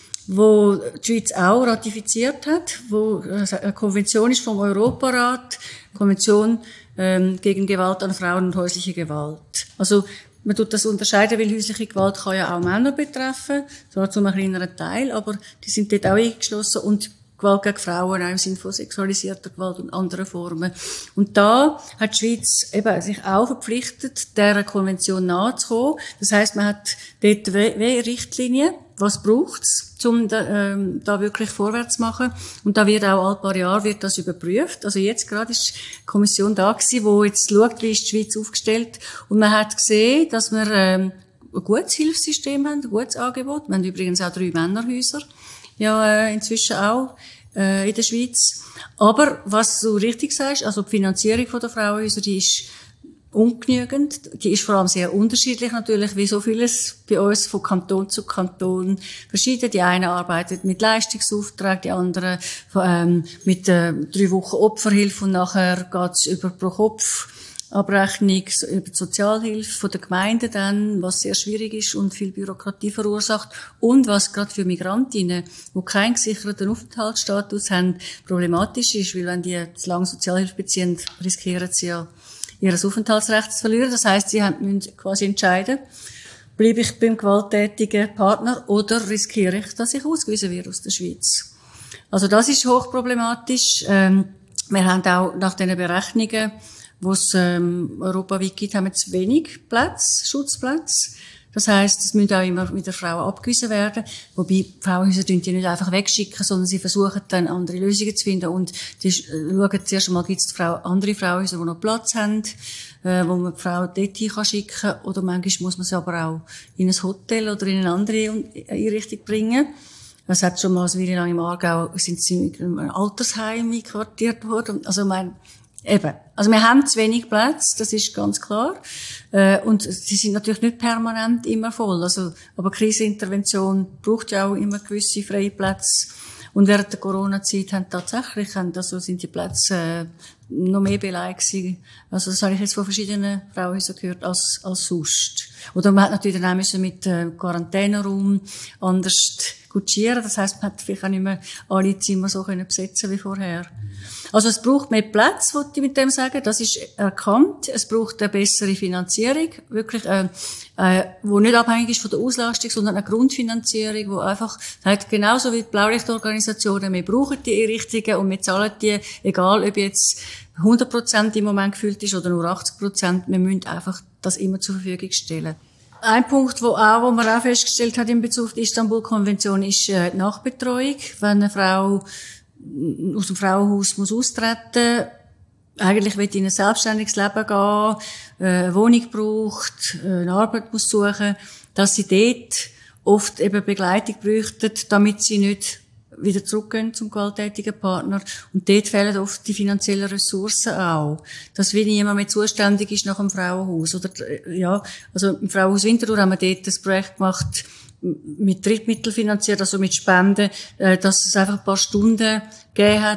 wo die Schweiz auch ratifiziert hat, wo eine Konvention ist vom Europarat, Konvention gegen Gewalt an Frauen und häusliche Gewalt. Also man tut das unterscheiden, weil häusliche Gewalt kann ja auch Männer betreffen, zwar zu einem kleineren Teil, aber die sind dort auch eingeschlossen und Gewalt gegen Frauen auch im Sinne von sexualisierter Gewalt und anderen Formen. Und da hat die Schweiz eben sich auch verpflichtet, dieser Konvention nachzukommen. Das heisst, man hat dort Richtlinien, was braucht's, um da wirklich vorwärts zu machen. Und da wird auch alle paar Jahre wird das überprüft. Also jetzt gerade ist die Kommission da gewesen, wo jetzt schaut, wie ist die Schweiz aufgestellt. Und man hat gesehen, dass wir ein gutes Hilfssystem haben, ein gutes Angebot. Wir haben übrigens auch 3 Männerhäuser. Ja, inzwischen auch in der Schweiz. Aber was du richtig sagst, also die Finanzierung der Frauenhäuser, die ist ungenügend. Die ist vor allem sehr unterschiedlich natürlich, wie so vieles bei uns von Kanton zu Kanton verschieden. Die einen arbeiten mit Leistungsauftrag, die anderen mit 3 Wochen Opferhilfe und nachher geht's über pro Kopf Abrechnung über die Sozialhilfe von der Gemeinde dann, was sehr schwierig ist und viel Bürokratie verursacht und was gerade für Migrantinnen, die keinen gesicherten Aufenthaltsstatus haben, problematisch ist, weil wenn die zu lange Sozialhilfe beziehen, riskieren sie ja ihr Aufenthaltsrecht zu verlieren. Das heisst, sie müssen quasi entscheiden, bleibe ich beim gewalttätigen Partner oder riskiere ich, dass ich ausgewiesen werde aus der Schweiz. Also das ist hochproblematisch. Wir haben auch nach diesen Berechnungen, wo es europaweit gibt, haben wir zu wenig Plätze, Schutzplätze. Das heisst, es müssen auch immer wieder Frauen abgewiesen werden. Wobei die Frauenhäuser die nicht einfach wegschicken, sondern sie versuchen dann andere Lösungen zu finden. Und die schauen zuerst einmal, gibt es andere Frauenhäuser, die noch Platz haben, wo man die Frau dort hin schicken kann. Oder manchmal muss man sie aber auch in ein Hotel oder in eine andere Einrichtung bringen. Es hat schon mal so wie lange im Aargau sind sie in einem Altersheim einquartiert worden. Also wir haben zu wenig Plätze, das ist ganz klar. Und sie sind natürlich nicht permanent immer voll. Aber Krisenintervention braucht ja auch immer gewisse freie Plätze. Und während der Corona-Zeit sind die Plätze noch mehr belegt gewesen. Also das habe ich jetzt von verschiedenen Frauenhäusern gehört als sonst. Oder man hat natürlich dann auch mit Quarantäneraum anders kutschieren. Das heisst, man hat vielleicht auch nicht mehr alle Zimmer so besetzen wie vorher. Also es braucht mehr Platz, wollte ich mit dem sagen. Das ist erkannt. Es braucht eine bessere Finanzierung, wirklich, wo nicht abhängig ist von der Auslastung, sondern eine Grundfinanzierung, wo einfach sagt, genauso wie die Blaulichtorganisationen, wir brauchen die Einrichtungen und wir zahlen die, egal ob jetzt 100% im Moment gefüllt ist oder nur 80%, wir müssen einfach das immer zur Verfügung stellen. Ein Punkt, wo man auch festgestellt hat in Bezug auf die Istanbul-Konvention, ist die Nachbetreuung. Wenn eine Frau aus dem Frauenhaus muss austreten, eigentlich will in ein selbstständiges Leben gehen, eine Wohnung braucht, eine Arbeit muss suchen, dass sie dort oft eben Begleitung bräuchten, damit sie nicht wieder zurückgehen zum gewalttätigen Partner. Und dort fehlen oft die finanziellen Ressourcen auch. Dass wie niemand mehr zuständig ist nach dem Frauenhaus. Oder, also im Frauenhaus Winterthur haben wir dort ein Projekt gemacht, mit Drittmitteln finanziert, also mit Spenden, dass es einfach ein paar Stunden gegeben hat,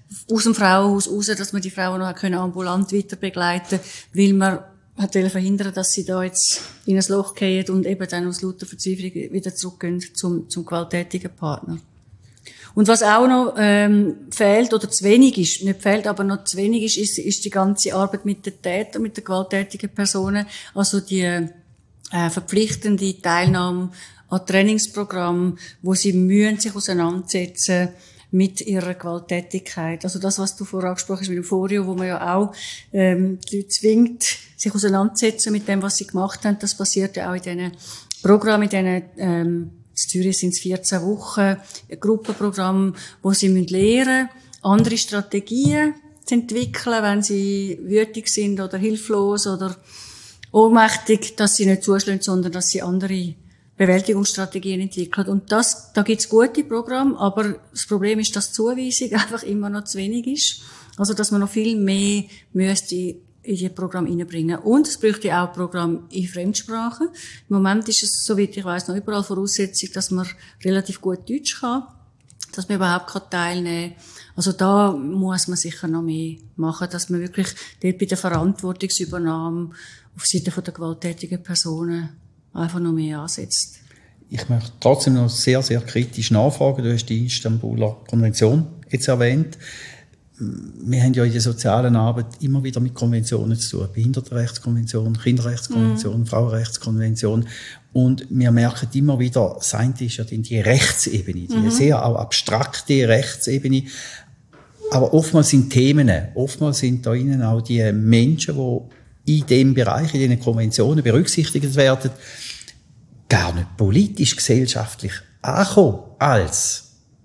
aus dem Frauenhaus raus, dass man die Frauen noch ambulant weiter begleiten können, weil man hat verhindern, dass sie da jetzt in ein Loch fallen und eben dann aus lauter Verzweiflung wieder zurückgehen zum gewalttätigen Partner. Und was auch noch fehlt oder zu wenig ist, nicht fehlt, aber noch zu wenig ist die ganze Arbeit mit den Tätern, mit den gewalttätigen Personen, also die verpflichtende Teilnahme an Trainingsprogrammen, wo sie mühen sich auseinandersetzen mit ihrer Gewalttätigkeit. Also das, was du vorher angesprochen hast mit dem Forio, wo man ja auch die Leute zwingt, sich auseinandersetzen mit dem, was sie gemacht haben. Das passiert ja auch in diesen Programmen, in diesen in Zürich sind es 14 Wochen, ein Gruppenprogramm, wo sie lernen müssen, andere Strategien zu entwickeln, wenn sie wütig sind oder hilflos oder ohnmächtig, dass sie nicht zuschlagen, sondern dass sie andere Bewältigungsstrategien entwickeln. Und da gibt's gute Programme, aber das Problem ist, dass die Zuweisung einfach immer noch zu wenig ist. Also, dass man noch viel mehr müsste in die Programme reinbringen. Und es bräuchte auch Programme in Fremdsprachen. Im Moment ist es, soweit ich weiss, noch überall Voraussetzung, dass man relativ gut Deutsch kann, dass man überhaupt teilnehmen kann. Also da muss man sicher noch mehr machen, dass man wirklich dort bei der Verantwortungsübernahme auf Seite der gewalttätigen Personen einfach noch mehr ansetzt. Ich möchte trotzdem noch sehr, sehr kritisch nachfragen. Du hast die Istanbuler Konvention jetzt erwähnt. Wir haben ja in der sozialen Arbeit immer wieder mit Konventionen zu tun. Behindertenrechtskonvention, Kinderrechtskonvention, Frauenrechtskonvention. Und wir merken immer wieder, das eine ist ja die Rechtsebene, die sehr auch abstrakte Rechtsebene. Aber oftmals sind Themen, oftmals sind da innen auch die Menschen, die in dem Bereich, in diesen Konventionen berücksichtigt werden, gar nicht politisch, gesellschaftlich ankommen als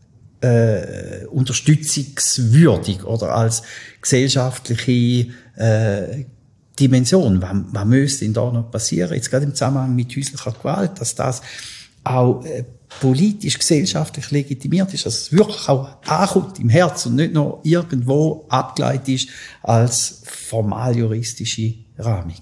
unterstützungswürdig oder als gesellschaftliche Dimension. Was müsste denn da noch passieren? Jetzt gerade im Zusammenhang mit häuslicher Gewalt, dass das auch politisch, gesellschaftlich legitimiert ist, dass es wirklich auch ankommt im Herz und nicht nur irgendwo abgeleitet ist als formal juristische Rahmung.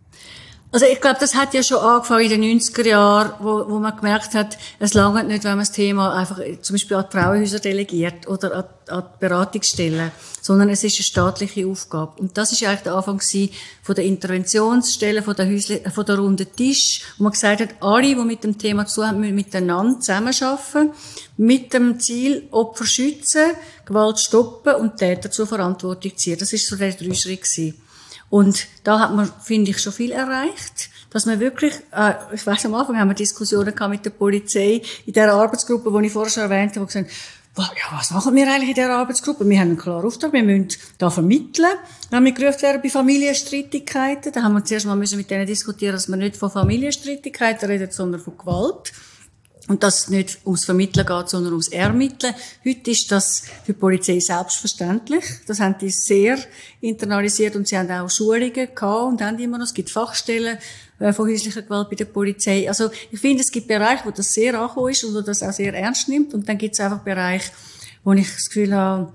Also ich glaube, das hat ja schon angefangen in den 90er Jahren, wo man gemerkt hat, es langt nicht, wenn man das Thema einfach zum Beispiel an die Frauenhäuser delegiert oder an die Beratungsstellen, sondern es ist eine staatliche Aufgabe. Und das ist eigentlich der Anfang von der Interventionsstellen, von der runden Tisch, wo man gesagt hat, alle, die mit dem Thema zu tun haben, müssen miteinander zusammenarbeiten, mit dem Ziel, Opfer schützen, Gewalt stoppen und Täter zur Verantwortung ziehen. Das ist so der 3 Schritt gewesen. Und da hat man, finde ich, schon viel erreicht, dass man wirklich, ich weiss, am Anfang haben wir Diskussionen gehabt mit der Polizei in der Arbeitsgruppe, die ich vorher schon erwähnt habe, wo gesagt haben, ja, was machen wir eigentlich in dieser Arbeitsgruppe? Wir haben einen klaren Auftrag, wir müssen da vermitteln. Dann haben wir gerufen werden bei Familienstreitigkeiten. Da haben wir zuerst mal mit denen diskutieren, dass man nicht von Familienstreitigkeiten redet, sondern von Gewalt. Und dass es nicht ums Vermitteln geht, sondern ums Ermitteln. Heute ist das für die Polizei selbstverständlich. Das haben die sehr internalisiert und sie haben auch Schulungen gehabt und haben immer noch. Es gibt Fachstellen von häuslicher Gewalt bei der Polizei. Also ich finde, es gibt Bereiche, wo das sehr angekommen ist und wo das auch sehr ernst nimmt. Und dann gibt es einfach Bereiche, wo ich das Gefühl habe,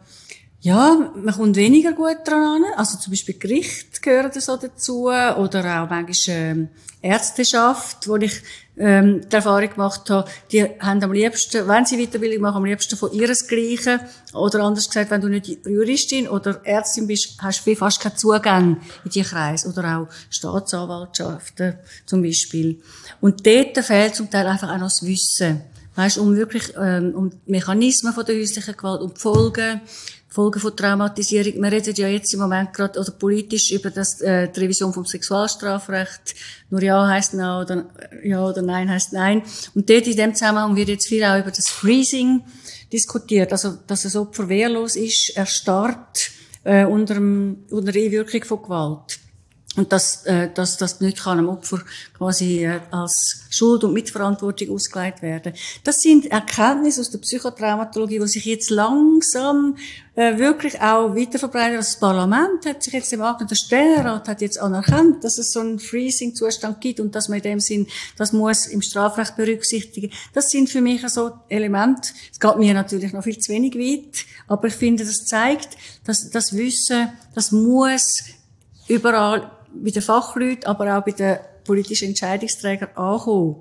ja, man kommt weniger gut dran an. Also zum Beispiel Gericht gehören so dazu oder auch manchmal Ärzteschaft, wo ich die Erfahrung gemacht habe, die haben am liebsten, wenn sie Weiterbildung machen, am liebsten von ihresgleichen. Oder anders gesagt, wenn du nicht Juristin oder Ärztin bist, hast du fast keinen Zugang in die Kreise. Oder auch Staatsanwaltschaften zum Beispiel. Und dort fehlt zum Teil einfach auch noch das Wissen. Weißt, um wirklich, um Mechanismen von der häuslichen Gewalt, um die Folgen von Traumatisierung. Wir reden ja jetzt im Moment gerade, oder politisch über die Revision vom Sexualstrafrecht. Nur ja heisst ja oder nein heisst nein. Und dort in dem Zusammenhang wird jetzt viel auch über das Freezing diskutiert. Also, dass das Opfer wehrlos ist, erstarrt, unter Einwirkung von Gewalt. Und dass das nicht kann am Opfer quasi als Schuld und Mitverantwortung ausgelegt werden. Das sind Erkenntnisse aus der Psychotraumatologie, die sich jetzt langsam wirklich auch weiterverbreiten. Das Parlament hat sich jetzt dem angenommen, der Ständerat hat jetzt anerkannt, dass es so einen Freezing-Zustand gibt und dass man in dem Sinn, das muss im Strafrecht berücksichtigen. Das sind für mich so Elemente. Es geht mir natürlich noch viel zu wenig weit, aber ich finde, das zeigt, dass das Wissen, das muss überall bei den Fachleuten, aber auch bei den politischen Entscheidungsträgern ankommen,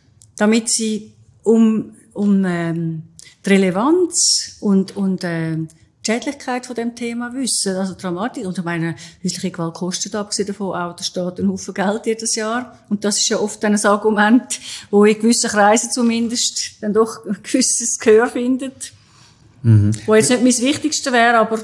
damit sie um die Relevanz und die die Schädlichkeit von dem Thema wissen. Also dramatisch. Und ich meine, häusliche Gewalt kostet abgesehen davon auch der Staat einen Haufen Geld jedes Jahr. Und das ist ja oft ein Argument, wo in gewissen Kreisen zumindest dann doch ein gewisses Gehör findet. Wo jetzt nicht mein Wichtigste wäre, aber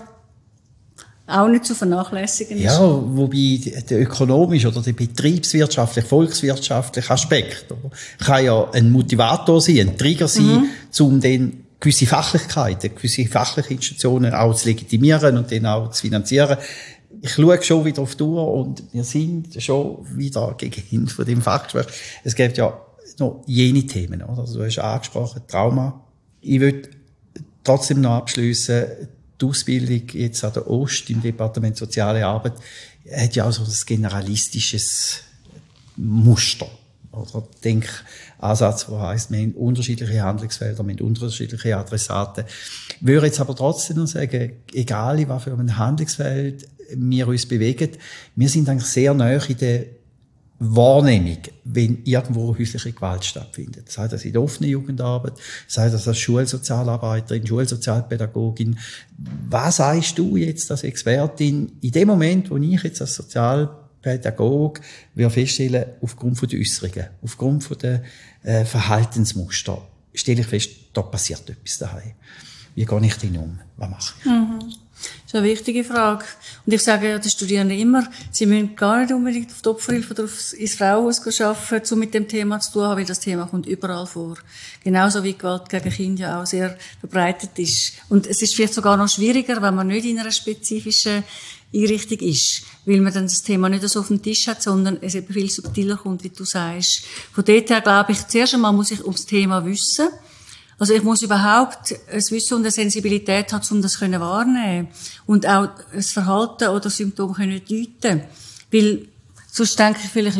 auch nicht zu vernachlässigen ist. Ja, wobei der ökonomische oder der betriebswirtschaftliche, volkswirtschaftliche Aspekt kann ja ein Motivator sein, ein Trigger sein, um dann gewisse Fachlichkeiten, gewisse fachliche Institutionen auch zu legitimieren und dann auch zu finanzieren. Ich schaue schon wieder auf die Uhr und wir sind schon wieder gegen Ende von dem Fachgespräch. Es gibt ja noch jene Themen, oder? Also du hast angesprochen, Trauma. Ich will trotzdem noch abschliessen, die Ausbildung jetzt an der Ost im Departement Soziale Arbeit hat ja auch so ein generalistisches Muster. Oder Denkansatz, der heisst, wir haben unterschiedliche Handlungsfelder, wir haben unterschiedliche Adressaten. Ich würde jetzt aber trotzdem noch sagen, egal in was für einem Handlungsfeld wir uns bewegen, wir sind eigentlich sehr nahe in der Wahrnehmung, wenn irgendwo häusliche Gewalt stattfindet. Sei das in der offenen Jugendarbeit, sei das als Schulsozialarbeiterin, Schulsozialpädagogin. Was sagst du jetzt als Expertin in dem Moment, wo ich jetzt als Sozialpädagoge feststellen, aufgrund von der Äusserungen, aufgrund von der Verhaltensmuster, stelle ich fest, da passiert etwas daheim. Wie gehe ich denn um? Was mache ich? Das ist eine wichtige Frage. Und ich sage ja den Studierenden immer, sie müssen gar nicht unbedingt auf die Opferhilfe oder ins Frauenhaus arbeiten, um mit dem Thema zu tun haben, weil das Thema kommt überall vor. Genauso wie Gewalt gegen Kinder ja auch sehr verbreitet ist. Und es ist vielleicht sogar noch schwieriger, wenn man nicht in einer spezifischen Einrichtung ist, weil man dann das Thema nicht so auf dem Tisch hat, sondern es eben viel subtiler kommt, wie du sagst. Von dort her glaube ich, zuerst einmal muss ich ums Thema wissen. Also ich muss überhaupt ein Wissen und eine Sensibilität haben, um das wahrnehmen und auch das Verhalten oder Symptome deuten. Weil sonst denke ich vielleicht,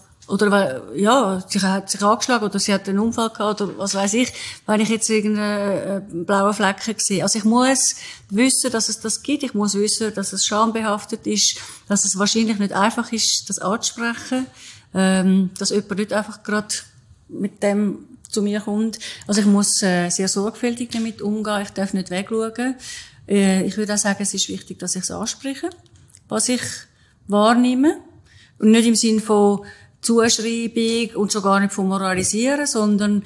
sie hat sich angeschlagen oder sie hat einen Unfall gehabt oder was weiß ich, wenn ich jetzt irgendeinen blauen Flecken sehe. Also ich muss wissen, dass es das gibt. Ich muss wissen, dass es schambehaftet ist, dass es wahrscheinlich nicht einfach ist, das anzusprechen, dass jemand nicht einfach gerade mit dem zu mir kommt. Also ich muss sehr sorgfältig damit umgehen. Ich darf nicht wegschauen. Ich würde auch sagen, es ist wichtig, dass ich es anspreche, was ich wahrnehme. Und nicht im Sinn von Zuschreibung und schon gar nicht von Moralisieren, sondern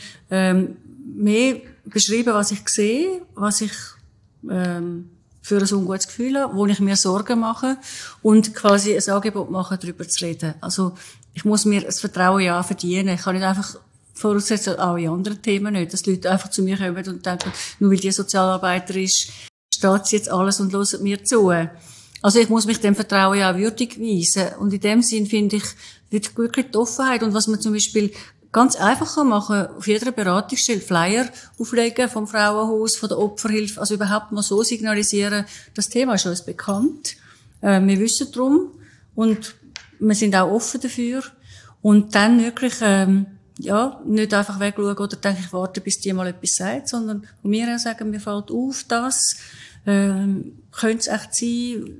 mehr beschreiben, was ich sehe, was ich für ein ungutes Gefühl habe, wo ich mir Sorgen mache und quasi ein Angebot machen, darüber zu reden. Also ich muss mir das Vertrauen ja verdienen. Ich kann nicht einfach voraussetzen, auch in anderen Themen nicht, dass die Leute einfach zu mir kommen und denken, nur weil die Sozialarbeiter ist, steht sie jetzt alles und hört mir zu. Also ich muss mich dem Vertrauen ja auch würdig weisen. Und in dem Sinn finde ich wirklich die Offenheit. Und was man zum Beispiel ganz einfach machen kann, auf jeder Beratungsstelle Flyer auflegen vom Frauenhaus, von der Opferhilfe, also überhaupt mal so signalisieren, das Thema ist uns bekannt. Wir wissen darum und wir sind auch offen dafür. Und dann wirklich nicht einfach wegschauen oder denke ich, warte, bis die mal etwas sagt, sondern von mir her sagen, mir fällt auf, das könnte es echt sein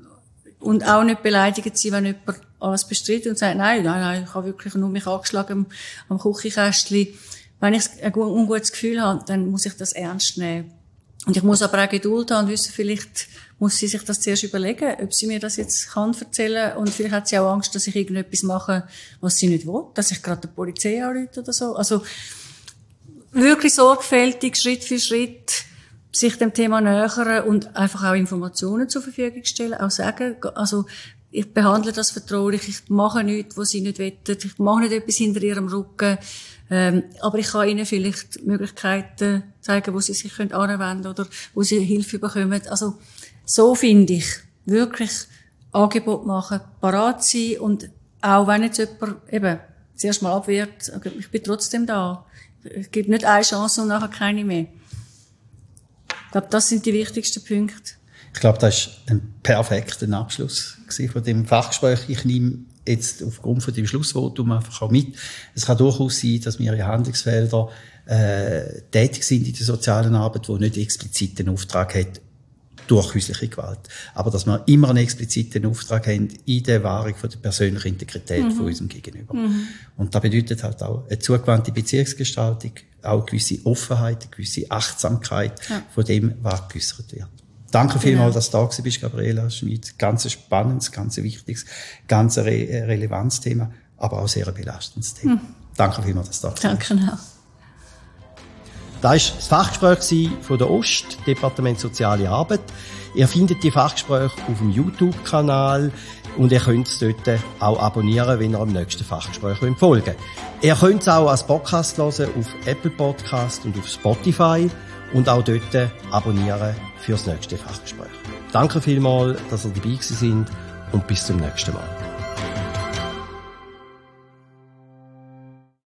und auch nicht beleidigend sein, wenn jemand alles bestreitet und sagt, nein, ich habe wirklich nur mich angeschlagen am Küchenkästchen. Wenn ich ein ungutes Gefühl habe, dann muss ich das ernst nehmen. Und ich muss aber auch Geduld haben und wissen, vielleicht muss sie sich das zuerst überlegen, ob sie mir das jetzt kann erzählen. Und vielleicht hat sie auch Angst, dass ich irgendetwas mache, was sie nicht will, dass ich gerade der Polizei anrufe oder so. Also wirklich sorgfältig, Schritt für Schritt sich dem Thema nähern und einfach auch Informationen zur Verfügung stellen, auch sagen, also ich behandle das vertraulich, ich mache nichts, was sie nicht wollen, ich mache nicht etwas hinter ihrem Rücken, aber ich kann ihnen vielleicht Möglichkeiten zeigen, wo sie sich anwenden können oder wo sie Hilfe bekommen. Also so finde ich, wirklich Angebot machen, parat sein und auch wenn jetzt jemand eben zuerst mal abwehrt, ich bin trotzdem da. Es gibt nicht eine Chance und nachher keine mehr. Ich glaube, das sind die wichtigsten Punkte. Ich glaube, das war ein perfekter Abschluss von dem Fachgespräch. Ich nehme jetzt aufgrund von dem Schlussvotum einfach auch mit. Es kann durchaus sein, dass wir in Handlungsfeldern tätig sind in der sozialen Arbeit, die nicht explizit einen Auftrag hat durch häusliche Gewalt. Aber dass wir immer einen expliziten Auftrag haben in der Wahrung von der persönlichen Integrität von unserem Gegenüber. Und das bedeutet halt auch eine zugewandte Beziehungsgestaltung, auch eine gewisse Offenheit, eine gewisse Achtsamkeit von dem, was geäussert wird. Danke vielmals, dass du da gewesen bist, Gabriela Schmid. Ganz spannendes, ganz wichtiges, ganz relevantes Thema, aber auch sehr belastendes Thema. Danke vielmals, dass du da gewesen bist. Danke auch. Das war das Fachgespräch von der OST, Departement Soziale Arbeit. Ihr findet die Fachgespräche auf dem YouTube-Kanal und ihr könnt es dort auch abonnieren, wenn ihr am nächsten Fachgespräch folgen wollt. Ihr könnt es auch als Podcast hören auf Apple Podcast und auf Spotify und auch dort abonnieren für das nächste Fachgespräch. Danke vielmals, dass ihr dabei gewesen seid und bis zum nächsten Mal.